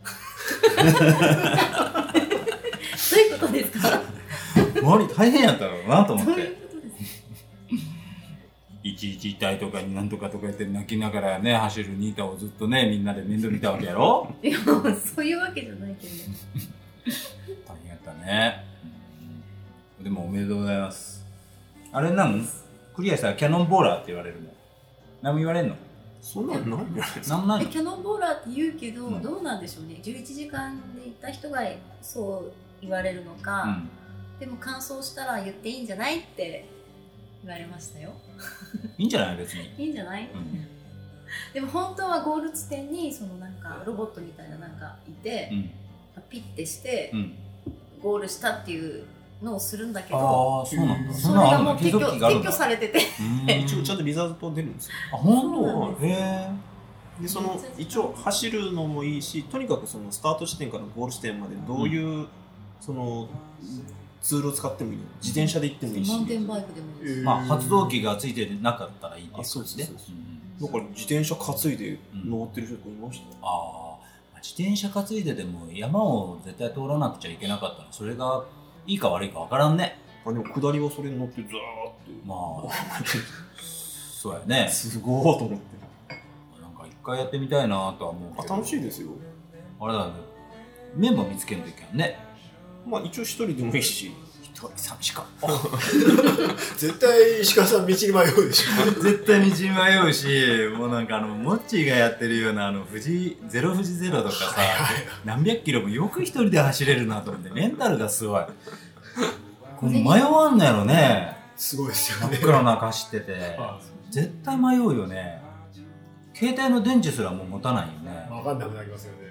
どういうことですか？ 周り大変やったろうなと思って。 どういうことですか？ 息 111一体とかになんとかとか言って泣きながらね走るニータをずっとねみんなで面倒見たわけやろ。 いやそういうわけじゃないけど大変やったね、でもおめでとうございます。あれなんクリアしたらキャノンボーラーって言われるの？何も言われんの？ そんなのないんじゃないですか。 なんないの？ キャノンボーラーって言うけど、どうなんでしょうね。11時間で行った人がそう言われるのか、でも完走したら言っていいんじゃないって言われましたよ。 いいんじゃない別に。 いいんじゃない、でも本当はゴール地点にそのなんかロボットみたいななんかいて、ピッてして、ゴールしたっていうのをするんだけど、 ああそうなんだ。 それがもう撤去されてて一応ちゃんとリザルト出るんですよ。 あ本当？へえ。 でその一応走るのもいいし、とにかくそのスタート地点からゴール地点までどういうそのツールを使ってもいいの。自転車で行ってもいいし、 マウンテンバイクでもいいし、 まあ発動機がついてなかったらいいっていうそう感じで。 だから自転車担いで登ってる人とかいましたよ。 ああ自転車担いででも山を絶対通らなくちゃいけなかったらそれがいいか悪いか分からんね。 でも下りはそれに乗ってずーっとまあそうやね。 すごいと思って。 なんか一回やってみたいなとは思うけど。 楽しいですよ。 あれだね。メンバー見つけんといけんね。 まあ一応一人でもいいし。 一人寂しかった。 絶対石川さん道に迷うでしょ。 絶対道に迷うし、もうなんかモッチーがやってるようなゼロ富士ゼロとかさ、何百キロもよく一人で走れるなと思って、メンタルがすごい。これ迷わんのやろね。 すごいですよね。 真っ暗な中走ってて。絶対迷うよね。携帯の電池すらもう持たないよね。 分かんなくなりますよね。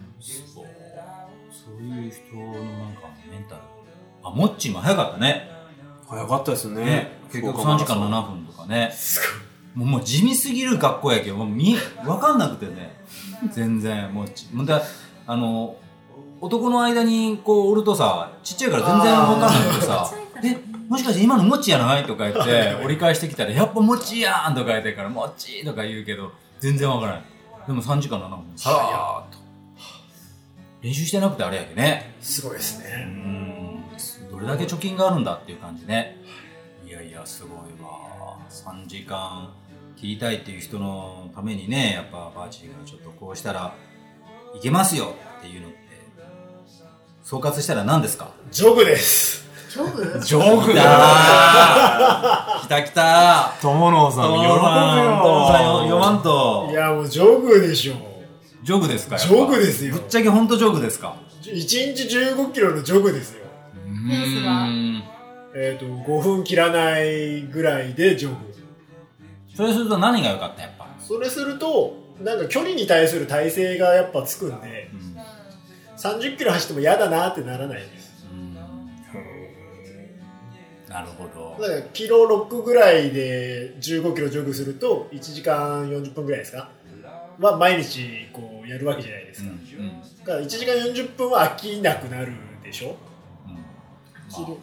そういう人のなんかメンタル。あ、モッチーも早かったね。 早かったですね。 結局3時間7分とかね。もう地味すぎる学校やけど、分かんなくてね。全然、モッチー。男の間にこうおるとさ、ちっちゃいから全然分かんなくてさ、もしかして今のモッチーやないとか言って折り返してきたら、やっぱモッチーやんとか言ってから、モッチーとか言うけど、全然分からない。でも3時間7分、さらーっと。練習してなくてあれやけね。 すごいですね。 どれだけ貯金があるんだっていう感じね。いやいやすごいわ。3時間切りたいっていう人のためにね、やっぱバーチーがちょっとこうしたらいけますよっていうのって総括したら何ですか？ ジョグです。 ジョグ？ ジョグだー。来た来た。 友野さん喜ぶよ。 友野さん読まんと。 いやもうジョグでしょ。 ジョグですか？ ジョグですよ。 ぶっちゃけ本当ジョグですか ？1日15キロのジョグですよ。 ペースは 5分切らないぐらいでジョグ。 それすると何が良かった？やっぱそれするとなんか距離に対する耐性がやっぱつくんで、30キロ走っても嫌だなってならないです。 なるほど。 だからキロ6ぐらいで15キロジョグすると1時間40分ぐらいですかは毎日こうやるわけじゃないですか。だから1時間40分は飽きなくなるでしょ。 飽きる。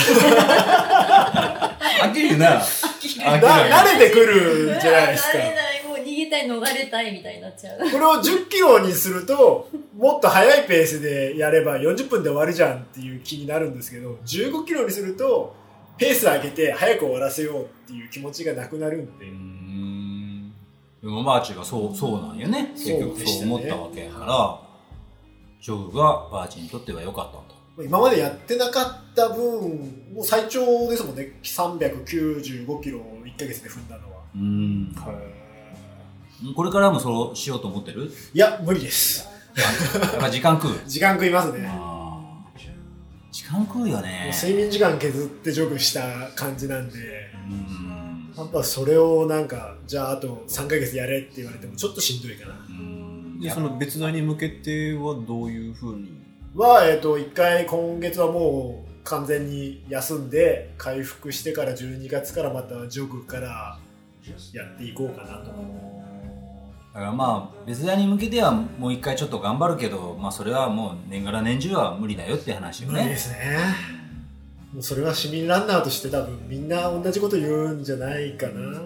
飽きるな。 慣れてくるじゃないですか。 慣れない、もう逃げたい、逃れたいみたいになっちゃう。 これを10キロにするともっと速いペースでやれば40分で終わるじゃんっていう気になるんですけど、15キロにするとペース上げて早く終わらせようっていう気持ちがなくなるんで。 でもバーチーがそうなんよね。結局そう思ったわけやから、ジョグがバーチーにとっては良かったと。 今までやってなかった分、もう最長ですもんね。395キロを1ヶ月で踏んだのは。 これからもそうしようと思ってる？ いや、無理です。 やっぱ時間食う？ 時間食いますね。 時間食うよね。 睡眠時間削ってジョグした感じなんで、やっぱそれをなんか、じゃああと3ヶ月やれって言われてもちょっとしんどいかな。 でその別大に向けてはどういう風に 1回今月はもう完全に休んで回復してから12月からまたジョグからやっていこうかなと。 だからまあ別大に向けてはもう一回ちょっと頑張るけど、まあそれはもう年がら年中は無理だよって話よね。 無理ですね。もうそれは市民ランナーとして多分みんな同じこと言うんじゃないかな。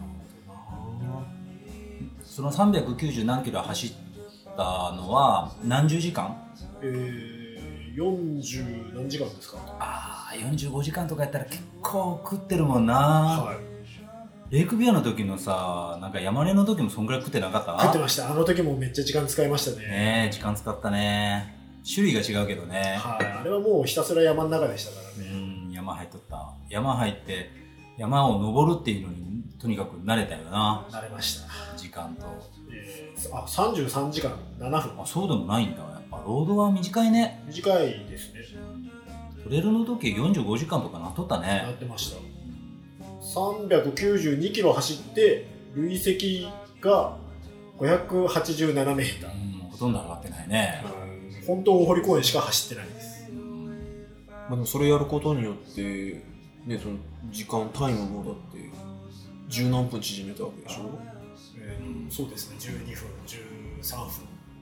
その390何キロ走ったのは何十時間 ？40何時間ですか？ 45時間とかやったら結構食ってるもんな。 レイクビアの時のさ、なんか山根の時もそんぐらい食ってなかった？ 食ってました。あの時もめっちゃ時間使いましたね。 ねえ、時間使ったね。種類が違うけどね。 はい、あれはもうひたすら山の中でしたからね。 山入っとった。山入って、山を登るっていうのに、とにかく慣れたよな。 慣れました。 時間と。 33時間7分。 あ、そうでもないんだ。やっぱロードは短いね。 短いですね。 トレイルの時45時間とかなっとったね。 なってました。392キロ走って、累積が587メーター。 ほとんど上がってないね。 本当大堀公園しか走ってないです。 まあでもそれやることによって、ね、その時間、タイムもだって、十何分縮めたわけでしょ？ そうですね、12分、13分。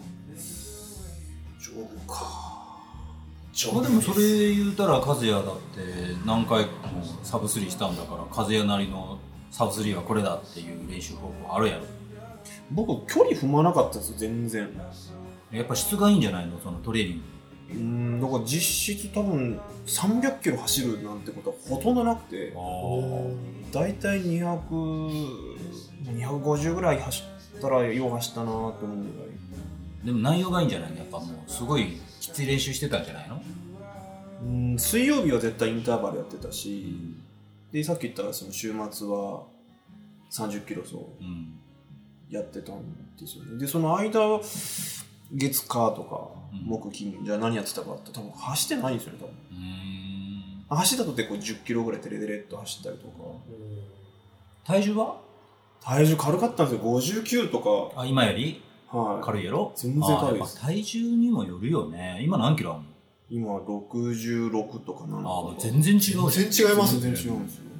丈夫か。 まあでもそれ言うたら和也だって何回もサブ3したんだから、和也なりのサブ3はこれだっていう練習方法あるやろ。 僕距離踏まなかったんですよ、全然。 やっぱ質がいいんじゃないの、そのトレーニング。 だから実質多分300キロ走るなんてことはほとんどなくて、だいたい250ぐらい走ったらよう走ったなと思うぐらい。 でも内容がいいんじゃないの？やっぱもうすごいきつい練習してたんじゃないの？ 水曜日は絶対インターバルやってたし、でさっき言ったその週末は30キロ走やってたんですよね。でその間月火とか木金じゃあ何やってたかって多分走ってないんですよね。多分走ったとってこう10キロぐらいテレテレっと走ったりとか。 体重は？ 体重軽かったんですよ。59とか。 あ、今より？ はい、 軽いやろ？ 全然軽いです。 体重にもよるよね。今何キロあるの？ 今66とか7とか。 全然違う。 全然違いますね。 全然違うんですよ。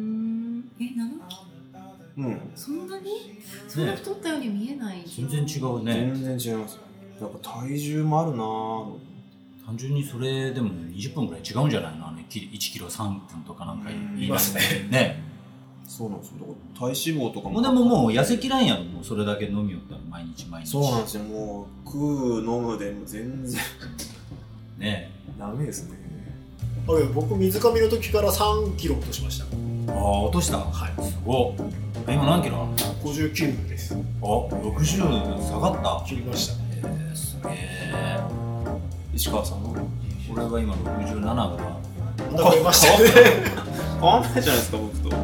7？そんなに？そんな太ったように見えない。 全然違うね。 全然違います。やっぱ体重もあるなぁ。 単純にそれでも20分ぐらい違うんじゃないの？1キロ3分とかなんか言いますね。ね。 そうなんですよ。体脂肪とかも。 でももう痩せきらんやん。もうそれだけ飲みよったら毎日。 そうなんですよ。もう食う飲むでも全然ねえ。ダメですね。 僕水上の時から3キロ落としました。 落とした？ はい。 すごい。今何キロ ？59です。 60下がった？ 切りました。 すげえ。 石川さんの？ 俺は今67だな。 増えましたね。 変わんないじゃないですか、僕と。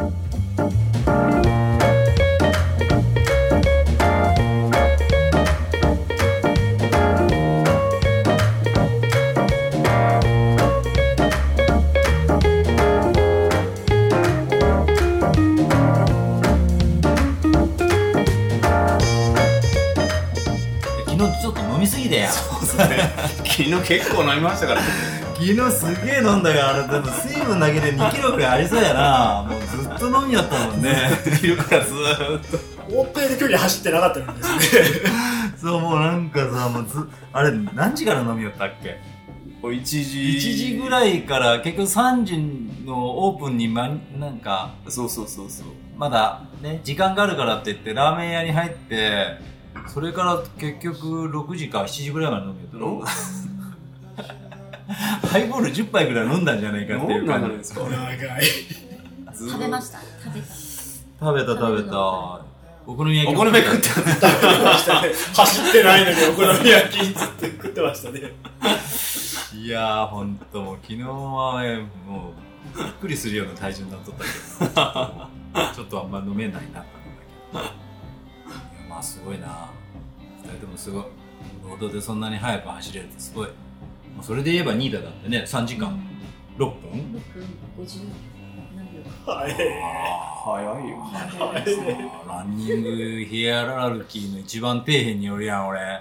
ちょっと飲みすぎだよ。 そうですね。昨日結構飲みましたからね。 昨日すげえ飲んだよ。あれでも水分だけで2キロぐらいありそうやな。もうずっと飲みやったもんね。昼からずーっと。 思ったより距離走ってなかったんですね。 そう、もうなんかさ、もうあれ何時から飲みよったっけ ？1時ぐらいから結局3時のオープンになんかそうまだね時間があるからって言ってラーメン屋に入って、それから結局6時か7時ぐらいまで飲みよったろ。ハイボール10杯ぐらい飲んだんじゃないかっていう感じですか。 長い。 食べました。 食べた。お好み焼き食ってましたね。走ってないのにお好み焼きずっと食ってましたね。 いやーほんともう昨日はねもうびっくりするような体重になっとったけどちょっとあんま飲めないなと思ったけど、いやまあすごいな。2人ともすごい。ロードでそんなに速く走れるってすごい。それで言えばニーダだってね、3時間6分 6分50何秒。 早いよ。 ランニングヒエラルキーの一番底辺によるやん俺。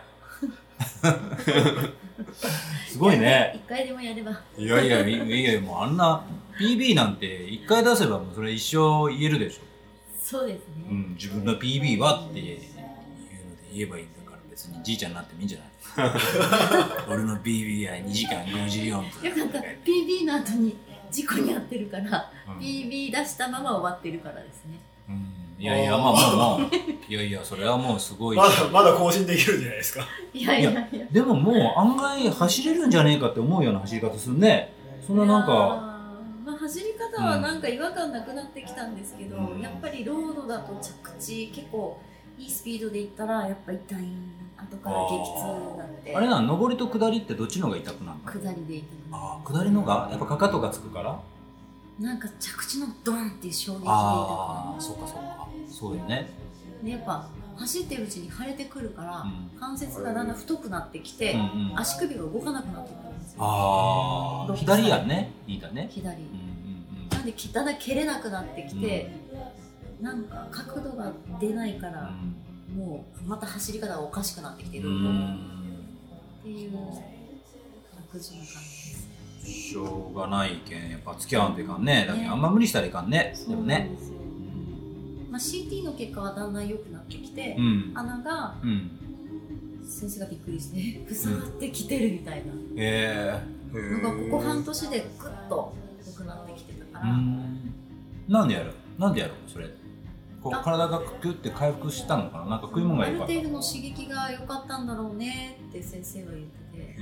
すごいね。 1回でもやれば。 いやもうあんな PB なんて1回出せばもうそれ一生言えるでしょ。 そうですね。 自分の PB はっていうので言えばいいんだから、別にじいちゃんになってもいいんじゃない？俺の PB は2時間54分。 よかった。PB の後に事故に遭ってるから、PB 出したまま終わってるからですね。 いやまあいやそれはもうすごい。 まだ更新できるんじゃないですか。 いやでももう案外走れるんじゃねえかって思うような走り方するね。そんななんかまあ走り方朝はなんか違和感なくなってきたんですけど、やっぱりロードだと着地結構いいスピードでいったらやっぱ痛い、後から激痛になって。 あれなの、上りと下りってどっちの方が痛くなるの？ 下りで痛くなる。 下りの方がやっぱかかとがつくから、 なんか着地のドンっていう衝撃で痛くなる。 そうかそうか、そうよね。 でやっぱ走ってるうちに腫れてくるから、関節がだんだん太くなってきて、足首が動かなくなってくるんですよ。 左やね、いいだね。 左。なんでだんだん蹴れなくなってきて、なんか角度が出ないから、もうまた走り方がおかしくなってきてるっていう悪循環です。 しょうがないけん、やっぱ付き合わんといかんね。だけどあんま無理したらいかんね。でもね。 CT の結果はだんだん良くなってきて、穴が、先生がびっくりして塞がってきてるみたいな。なんかここ半年でグッと良くなってきてたから。 なんでやるそれ。こう体がクッて回復したのかな。なんか食い物が良かった。 ある程度の刺激が良かったんだろうねって先生は言ってて。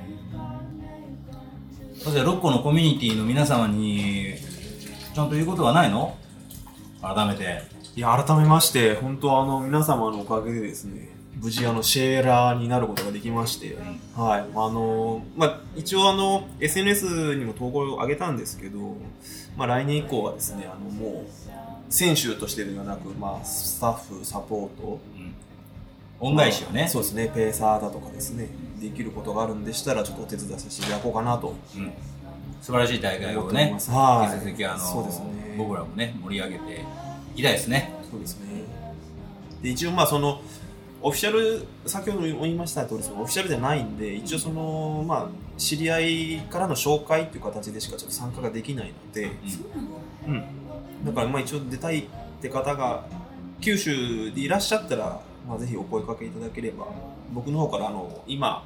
そして6個のコミュニティの皆様にちゃんと言うことはないの？改めて。 いや、改めまして本当皆様のおかげでですね、無事シェーラーになることができまして、はい、一応SNS にも投稿を上げたんですけど、来年以降はですね、もう選手としてではなく、スタッフサポート、 恩返しをね、 そうですね、ペーサーだとかですね、できることがあるんでしたらちょっとお手伝いさせていただこうかなと、 素晴らしい大会をね、引き続きそうですね、 僕らもね盛り上げていきたいですね。 そうですね。で一応そのオフィシャル、先ほども言いました通り、オフィシャルじゃないんで、一応知り合いからの紹介っていう形でしかちょっと参加ができないので、だから一応出たいって方が九州でいらっしゃったら、ぜひお声かけいただければ、僕の方から今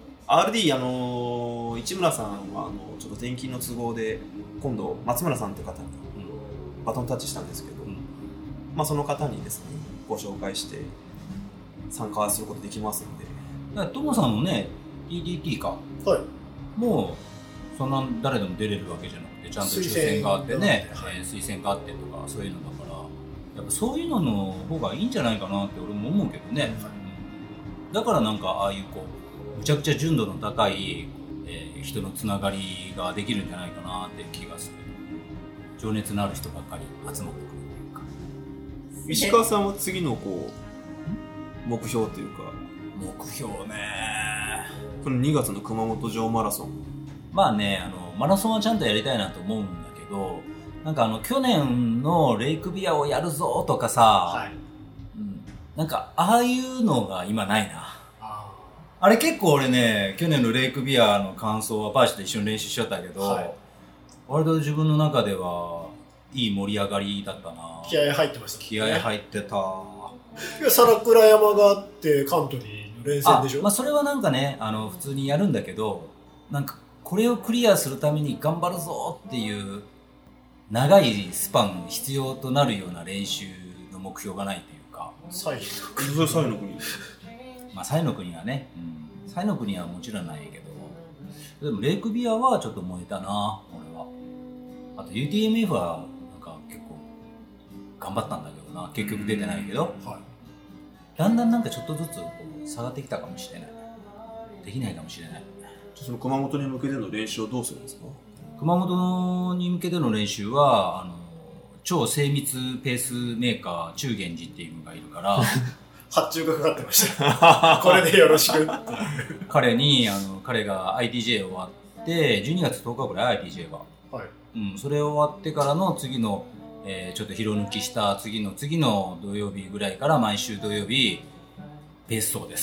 RD 市村さんはちょっと転勤の都合で今度松村さんって方にバトンタッチしたんですけど、その方にですねご紹介して参加することできますので。 だからトモさんもね TTT か、もうそんな誰でも出れるわけじゃなくて、ちゃんと抽選があってね、推薦があってとかそういうのだから、やっぱそういうのの方がいいんじゃないかなって俺も思うけどね。だからなんかああいうむちゃくちゃ純度の高い、人のつながりができるんじゃないかなって気がする。情熱のある人ばっかり集まってくるというか。 石川さんは次の目標というか。 目標ね、 この2月の熊本城マラソン。 マラソンはちゃんとやりたいなと思うんだけど、なんか去年のレイクビアをやるぞとかさ、なんかああいうのが今ないな。あれ結構俺ね、去年のレイクビアの感想はバーシと一緒に練習しちゃったけど、割と自分の中ではいい盛り上がりだったな。 気合入ってましたね。 気合入ってた。 皿倉山があってカントリーの連戦でしょ。 それはなんかね、普通にやるんだけど、なんかこれをクリアするために頑張るぞっていう長いスパン必要となるような練習の目標がないというか。 サイの国サイの国はね、サイの国はもちろんないけど、でもレイクビアはちょっと燃えたな、俺は。あと UTMF はなんか結構頑張ったんだけどな、結局出てないけど、だんだんなんかちょっとずつ下がってきたかもしれない。できないかもしれない。 その熊本に向けての練習をどうするんですか？ 熊本に向けての練習は超精密ペースメーカー中元寺っていうのがいるから発注がかかってましたこれでよろしく彼が ITJ 終わって12月10日ぐらい ITJ が、それ終わってからの次の、ちょっと広抜きした次の土曜日ぐらいから毎週土曜日ペース走です。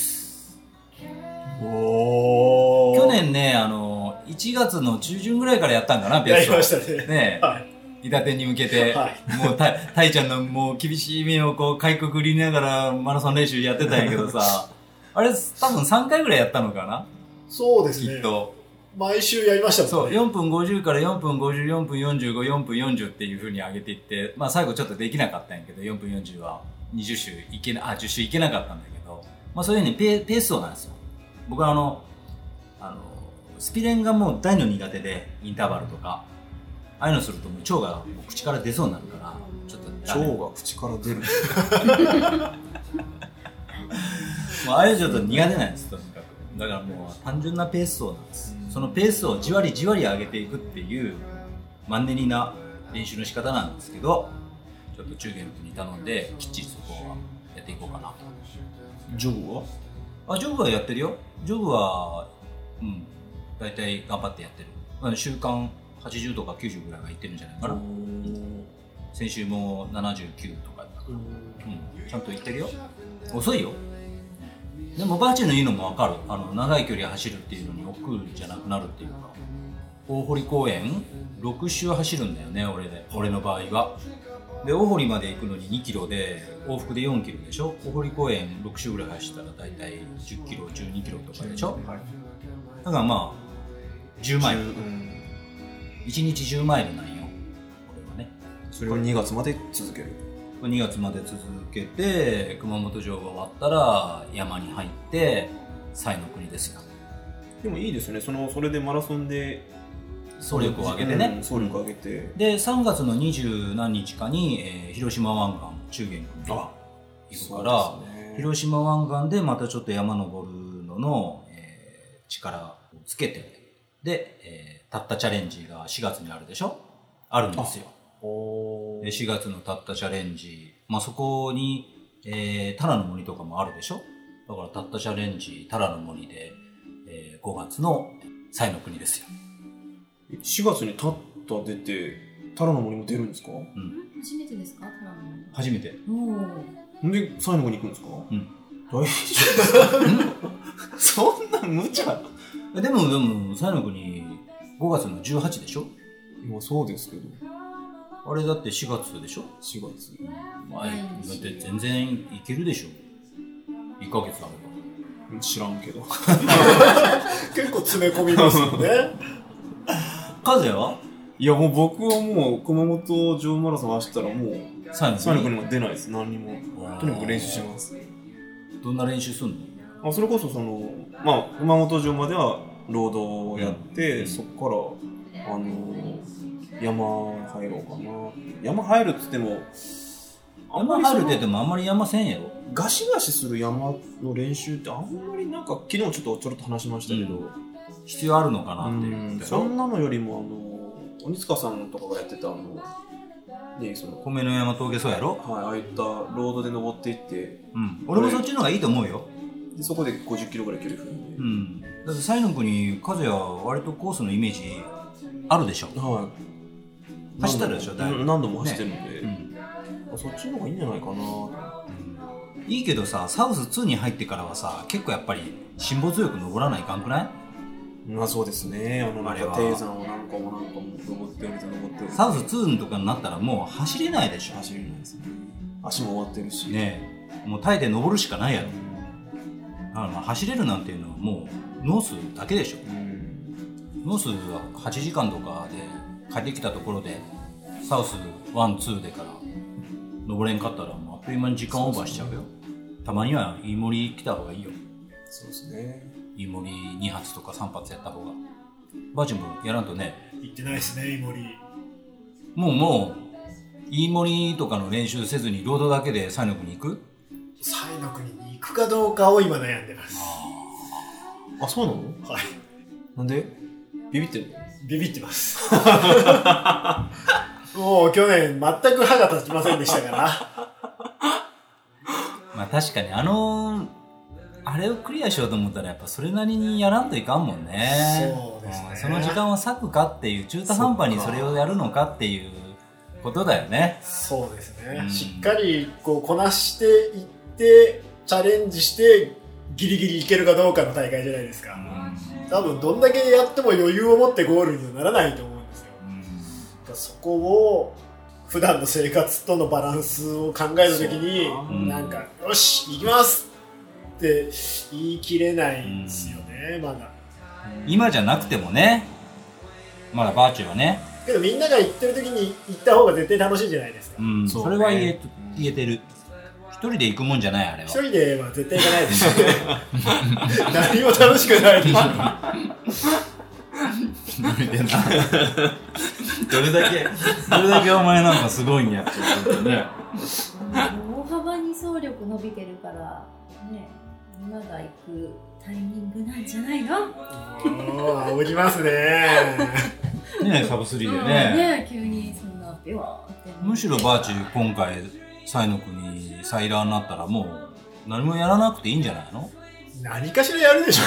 去年ね1月の中旬ぐらいからやったんかな、ペース走。 やりましたね。 伊達天に向けて、もうたいちゃんのもう厳しい目をかいくぐりながらマラソン練習やってたんやけどさあれ多分3回ぐらいやったのかな。 そうですね、 きっと毎週やりましたもんね。 そう4分50から4分50、4分45、4分40っていう風に上げていって、最後ちょっとできなかったんやけど、4分40は10周いけなかったんだけど、そういう風にペース走なんですよ。僕はスピレンがもう大の苦手で、インターバルとかああいうのするともう腸が口から出そうになるからちょっと腸が口から出るもうああいうちょっと苦手なんですとにかく。だからもう単純なペース走なんです。そのペースをじわりじわり上げていくっていうマンネリな練習の仕方なんですけど、ちょっと中元君に頼んできっちりそこはやっていこうかなと。 ジョグは？ あ、ジョグはやってるよ。ジョグはだいたい頑張ってやってる。週間80とか90ぐらいは行ってるんじゃないかな。先週も79とかだから、ちゃんと行ってるよ。遅いよ。でもバーチェのいいのも分かる。長い距離走るっていうのに億劫じゃなくなるっていうか、大堀公園6周走るんだよね、俺の場合は。で大堀まで行くのに2キロで往復で4キロでしょ。大堀公園6周ぐらい走ったらだいたい10キロ12キロとかでしょ。だからまあ10マイル、1日10マイルなんよ、俺はね。 それを2月まで続ける。 2月まで続けて、熊本城が終わったら山に入って西の国ですよ。 でもいいですね、それでマラソンで走力を上げてね、 走力を上げて、 で3月の20何日かに、広島湾岸中元君が行くから、広島湾岸でまたちょっと山登るのの、力をつけて、で、たったチャレンジが4月にあるでしょ。あるんですよ。で4月のたったチャレンジ、まあ、そこに、タラの森とかもあるでしょ。だからたったチャレンジタラの森で、5月の西の国ですよ。 4月にたった出てタラの森も出るんですか？ 初めてですか？タラの森初めて。 で西の国行くんですか？大丈夫そんな無茶。 でも西の国5月の18でしょ。 まあそうですけど、 あれだって4月でしょ。 4月、 だって全然いけるでしょ。1ヶ月あれば。 知らんけど結構詰め込みますよね。 和也は？ いやもう僕はもう熊本城マラソン走ったらもう西の国も出ないです。何にもとにかく練習します。 どんな練習すんの？ それこそまあ熊本城まではロードをやって、そこから山入ろうかな。山入るって言っても山入るって言ってもあんまり山せんやろ。 ガシガシする山の練習ってあんまりなんか昨日ちょっと話しましたけど、 必要あるのかなっていう。 そんなのよりも鬼塚さんとかがやってた米の山峠そうやろ。 はい、ああいったロードで登っていって、 俺もそっちの方がいいと思うよ。 でそこで50キロぐらい距離踏んで、 だって西の国和也は割とコースのイメージあるでしょ。 はい、 走ったでしょ。 何度も走ってるので、そっちの方がいいんじゃないかな。 いいけどさ、サウス2に入ってからはさ、結構やっぱり辛抱強く登らないかんくない？ まあそうですね。低山を何個も登ってる。 サウス2とかになったらもう走れないでしょ。 走れないですね。足も終わってるしねえ、もう耐えて登るしかないやろ。だからまあ走れるなんていうのはもうノースだけでしょ。ノースは8時間とかで帰ってきたところでサウス1、2でから登れんかったらもうあっという間に時間オーバーしちゃうよ。たまには飯盛来た方がいいよ。 そうですね。 飯盛2発とか3発やった方が。バーチもやらんとね。 行ってないですね、飯盛。 もう飯盛とかの練習せずにロードだけで西の国行く？ 西の国に行くかどうかを今悩んでます。 あ、そうなの？ はい。 なんで？ビビってる？ ビビってます。もう去年全く歯が立ちませんでしたから。 まあ確かにあれをクリアしようと思ったらやっぱそれなりにやらんといかんもんね。 そうですね。 その時間を割くかっていう、中途半端にそれをやるのかっていうことだよね。 そうですね。しっかりこなしていってチャレンジしてギリギリいけるかどうかの大会じゃないですか。多分どんだけやっても余裕を持ってゴールにはならないと思うんですよ。そこを普段の生活とのバランスを考えたときに、なんかよし行きますって言い切れないんですよね、まだ。 今じゃなくてもね、まだバーチューはね。 けどみんなが行ってる時に行った方が絶対楽しいじゃないですか。 それは言えてる。一人で行くもんじゃない、あれは。 一人では絶対行かないですよね。何も楽しくないでしょ。 どれだけお前なんかすごいんやって言うね。 大幅に走力伸びてるからね、今が行くタイミングなんじゃないの？ 煽りますね。 ね、サブ3でね。 ね、急にそんなビワーって。 むしろバーチ今回サイの国サイラーになったらもう何もやらなくていいんじゃないの？ 何かしらやるでしょ。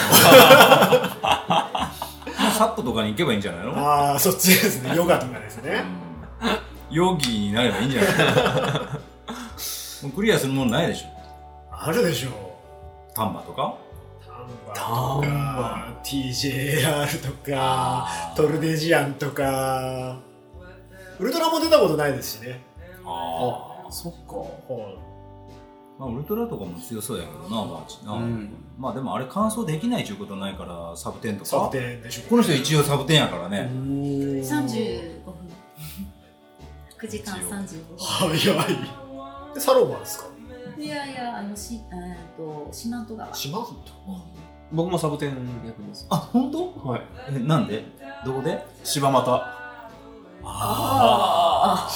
サップとかに行けばいいんじゃないの？ ああ、そっちですね。ヨガとかですね。 ヨギになればいいんじゃないの？もうクリアするものないでしょ。 あるでしょう。 タンバとかタンバとか TJR とかトルデジアンとかウルトラも出たことないですしね。 ああ、そっか。 まあ、ウルトラとかも強そうやけどな、バーチな、 うん、 まあでもあれ完走できないっていうことないからサブ10とかサブ10でしょ。 この人一応サブ10やからね。 35分9時間35分。 早い。サロマンですか？ いやいや、四万十川。 四万十川。 僕もサブ10やってます。 あ、本当？ はい。 なんで？どこで？ 柴又。 あ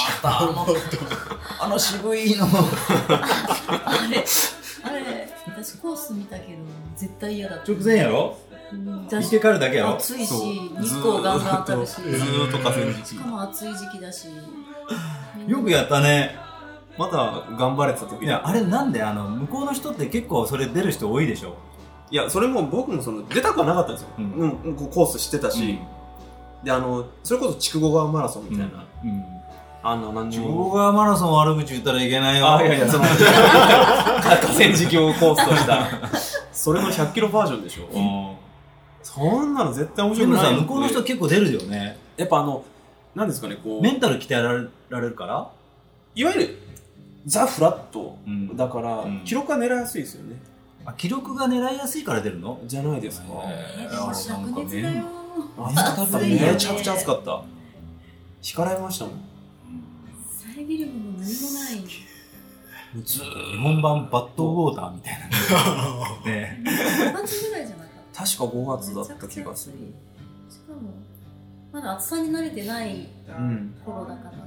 の渋いの。 あれ、私コース見たけど絶対嫌だった。 直前やろ？行って帰るだけやろ？ 暑いし、日光ガンガン当たるし、 ずーっと河川敷。 しかも暑い時期だし。 よくやったね。 まだ頑張れてた時。 いや、あれなんで向こうの人って結構それ出る人多いでしょ？ いや、それも僕も出たくはなかったんですよ。コース知ってたし、でそれこそ筑後川マラソンみたいな、 筑後川マラソン悪口言ったらいけないよ。 あ、いやいや、河川敷をコースとしたそれの100キロバージョンでしょ。そんなの絶対面白くない。 でもさ、向こうの人結構出るよね。 やっぱなんですかね、 メンタル鍛えられるから、 いわゆるザ・フラットだから、記録が狙いやすいですよね。 あ、記録が狙いやすいから出るの？ じゃないですか。 でも灼熱だよ。 めちゃくちゃ暑かった。引かれましたもん。 遮るもの何もない。 日本版バッドウォーターみたいなね。 5月ぐらいじゃなかった？ 確か5月だった気がする。 しかもまだ暑さに慣れてない頃だから、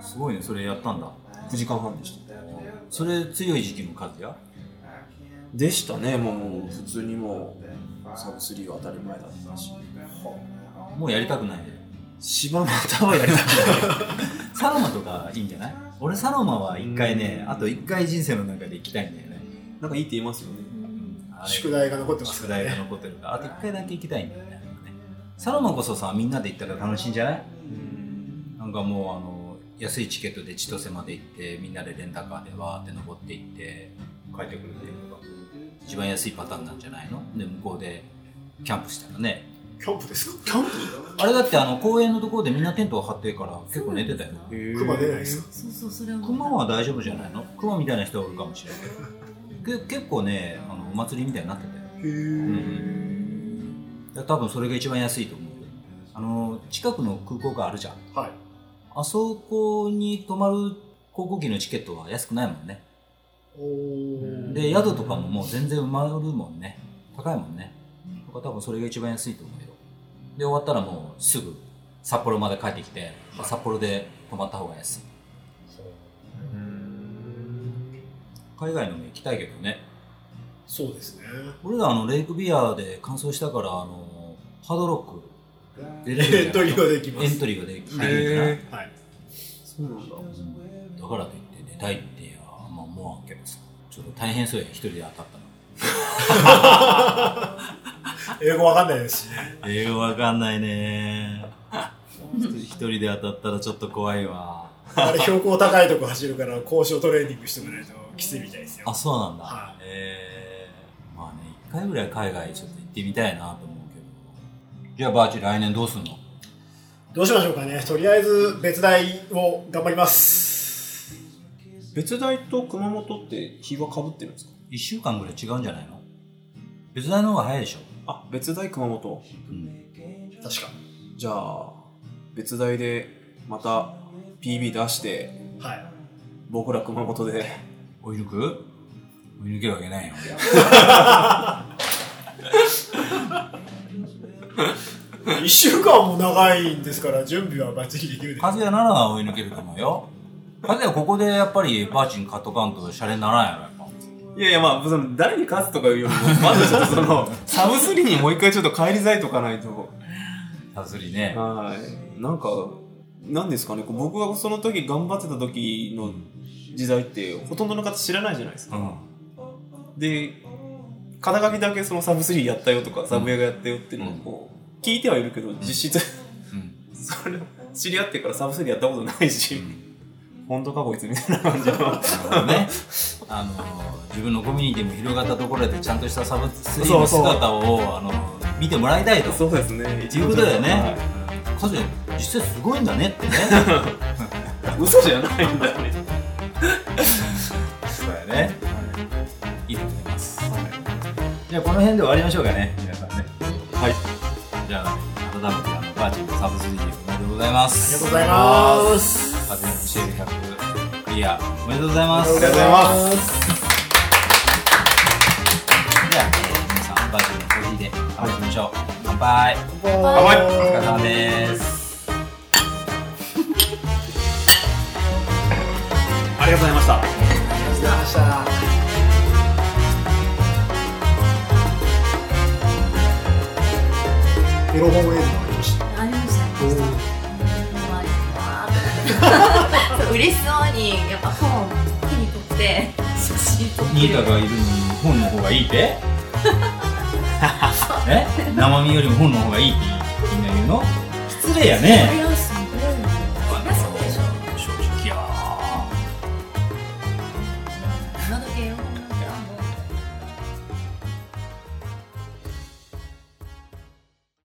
すごいね。それやったんだ。 9時間半でした。 それ強い時期の数やでしたね。もう普通にもうサブ3は当たり前だったし。 もうやりたくないね。 柴又はやりたくないサロマとかいいんじゃない？俺サロマは一回ね、あと一回人生の中で行きたいんだよね。 なんかいいって言いますよね。 宿題が残ってますからね。 宿題が残ってるから、あと一回だけ行きたいんだよね。サロマこそさ、みんなで行ったら楽しいんじゃない？なんかもう安いチケットで千歳まで行ってみんなでレンタカーでわーって登って行って帰ってくるっていうのが一番安いパターンなんじゃないの？で向こうでキャンプしたらね。 キャンプですか？ キャンプ？ あれだって公園のところでみんなテントを張ってるから結構寝てたよ。 クマ出ないですか？ そうそれは。 クマは大丈夫じゃないの？クマみたいな人はおるかもしれないけど結構ねお祭りみたいになってたよ。多分それが一番安いと思うよ。近くの空港があるじゃん。 はい。 あそこに泊まる航空機のチケットは安くないもんね。で宿とかももう全然埋まるもんね。高いもんね。多分それが一番安いと思うよ。で終わったらもうすぐ札幌まで帰ってきて、札幌で泊まった方が安い。海外のも行きたいけどね。 そうですね。 俺らレイクビアで完走したからハードロックエントリーができます。 エントリーができるんじゃない？ はい。 そうなんだ。 だからといって出たいってあんま思わんけどさ、ちょっと大変そうや、一人で当たったの。 英語わかんないですしね。 英語わかんないね。一人で当たったらちょっと怖いわ。 あれ標高高いとこ走るから交渉トレーニングしてもらえないときついみたいですよ。 あ、そうなんだ。 はい、 まあね、一回ぐらい海外ちょっと行ってみたいなと思うけど。じゃあバーチ来年どうすんの？ どうしましょうかね。とりあえず別大を頑張ります。 別大と熊本って日は被ってるんですか ？1週間ぐらい違うんじゃないの？別大の方が早いでしょ。 あ、別大熊本。 確か。 じゃあ別大でまた PB 出して、 はい、 僕ら熊本で追い抜く？追い抜けるわけないよ。 1週間も長いんですから準備はバッチリできるで。 和也なら追い抜けると思うよ。和也ここでやっぱりバーチンカットカウントシャレにならんやろ、やっぱ。 いやいや、まあ、誰に勝つとかいうよりも、まずちょっとサブ3にもう一回ちょっと返り咲いとかないと。 サブ3ね。 はい。なんか、なんですかね、僕がその時頑張ってた時の時代って、ほとんどの方知らないじゃないですか。で、肩書きだけそのサブ3やったよとか、サブ映画やったよっていうのをこう、聞いてはいるけど、実質、それ、知り合ってからサブ3やったことないし、本当かこいつみたいな感じの。 ね。自分のコミュニティも広がったところでちゃんとしたサブ3の姿を見てもらいたいと。 そうですね。 っていうことだよね。カズヤ実際すごいんだねってね。 嘘じゃないんだよね。 そうだよね。いいと思います。じゃあこの辺で終わりましょうかね、皆さんね。 はい。 じゃあ改めてバーチンのサブ3おめでとうございます。 ありがとうございます。 カズヤのシェル100クリアおめでとうございます。 ありがとうございます。 じゃあ皆さんバーチンのコーヒーで乾杯しましょう。乾杯。 乾杯。 お疲れ様です。 ありがとうございました。 ありがとうございました。エロ本映像ありました。 ありましたね。嬉しそうにやっぱ本手に取って写真撮ってニータがいるのに本の方がいいって生身よりも本の方がいいってみんな言うの？失礼やね。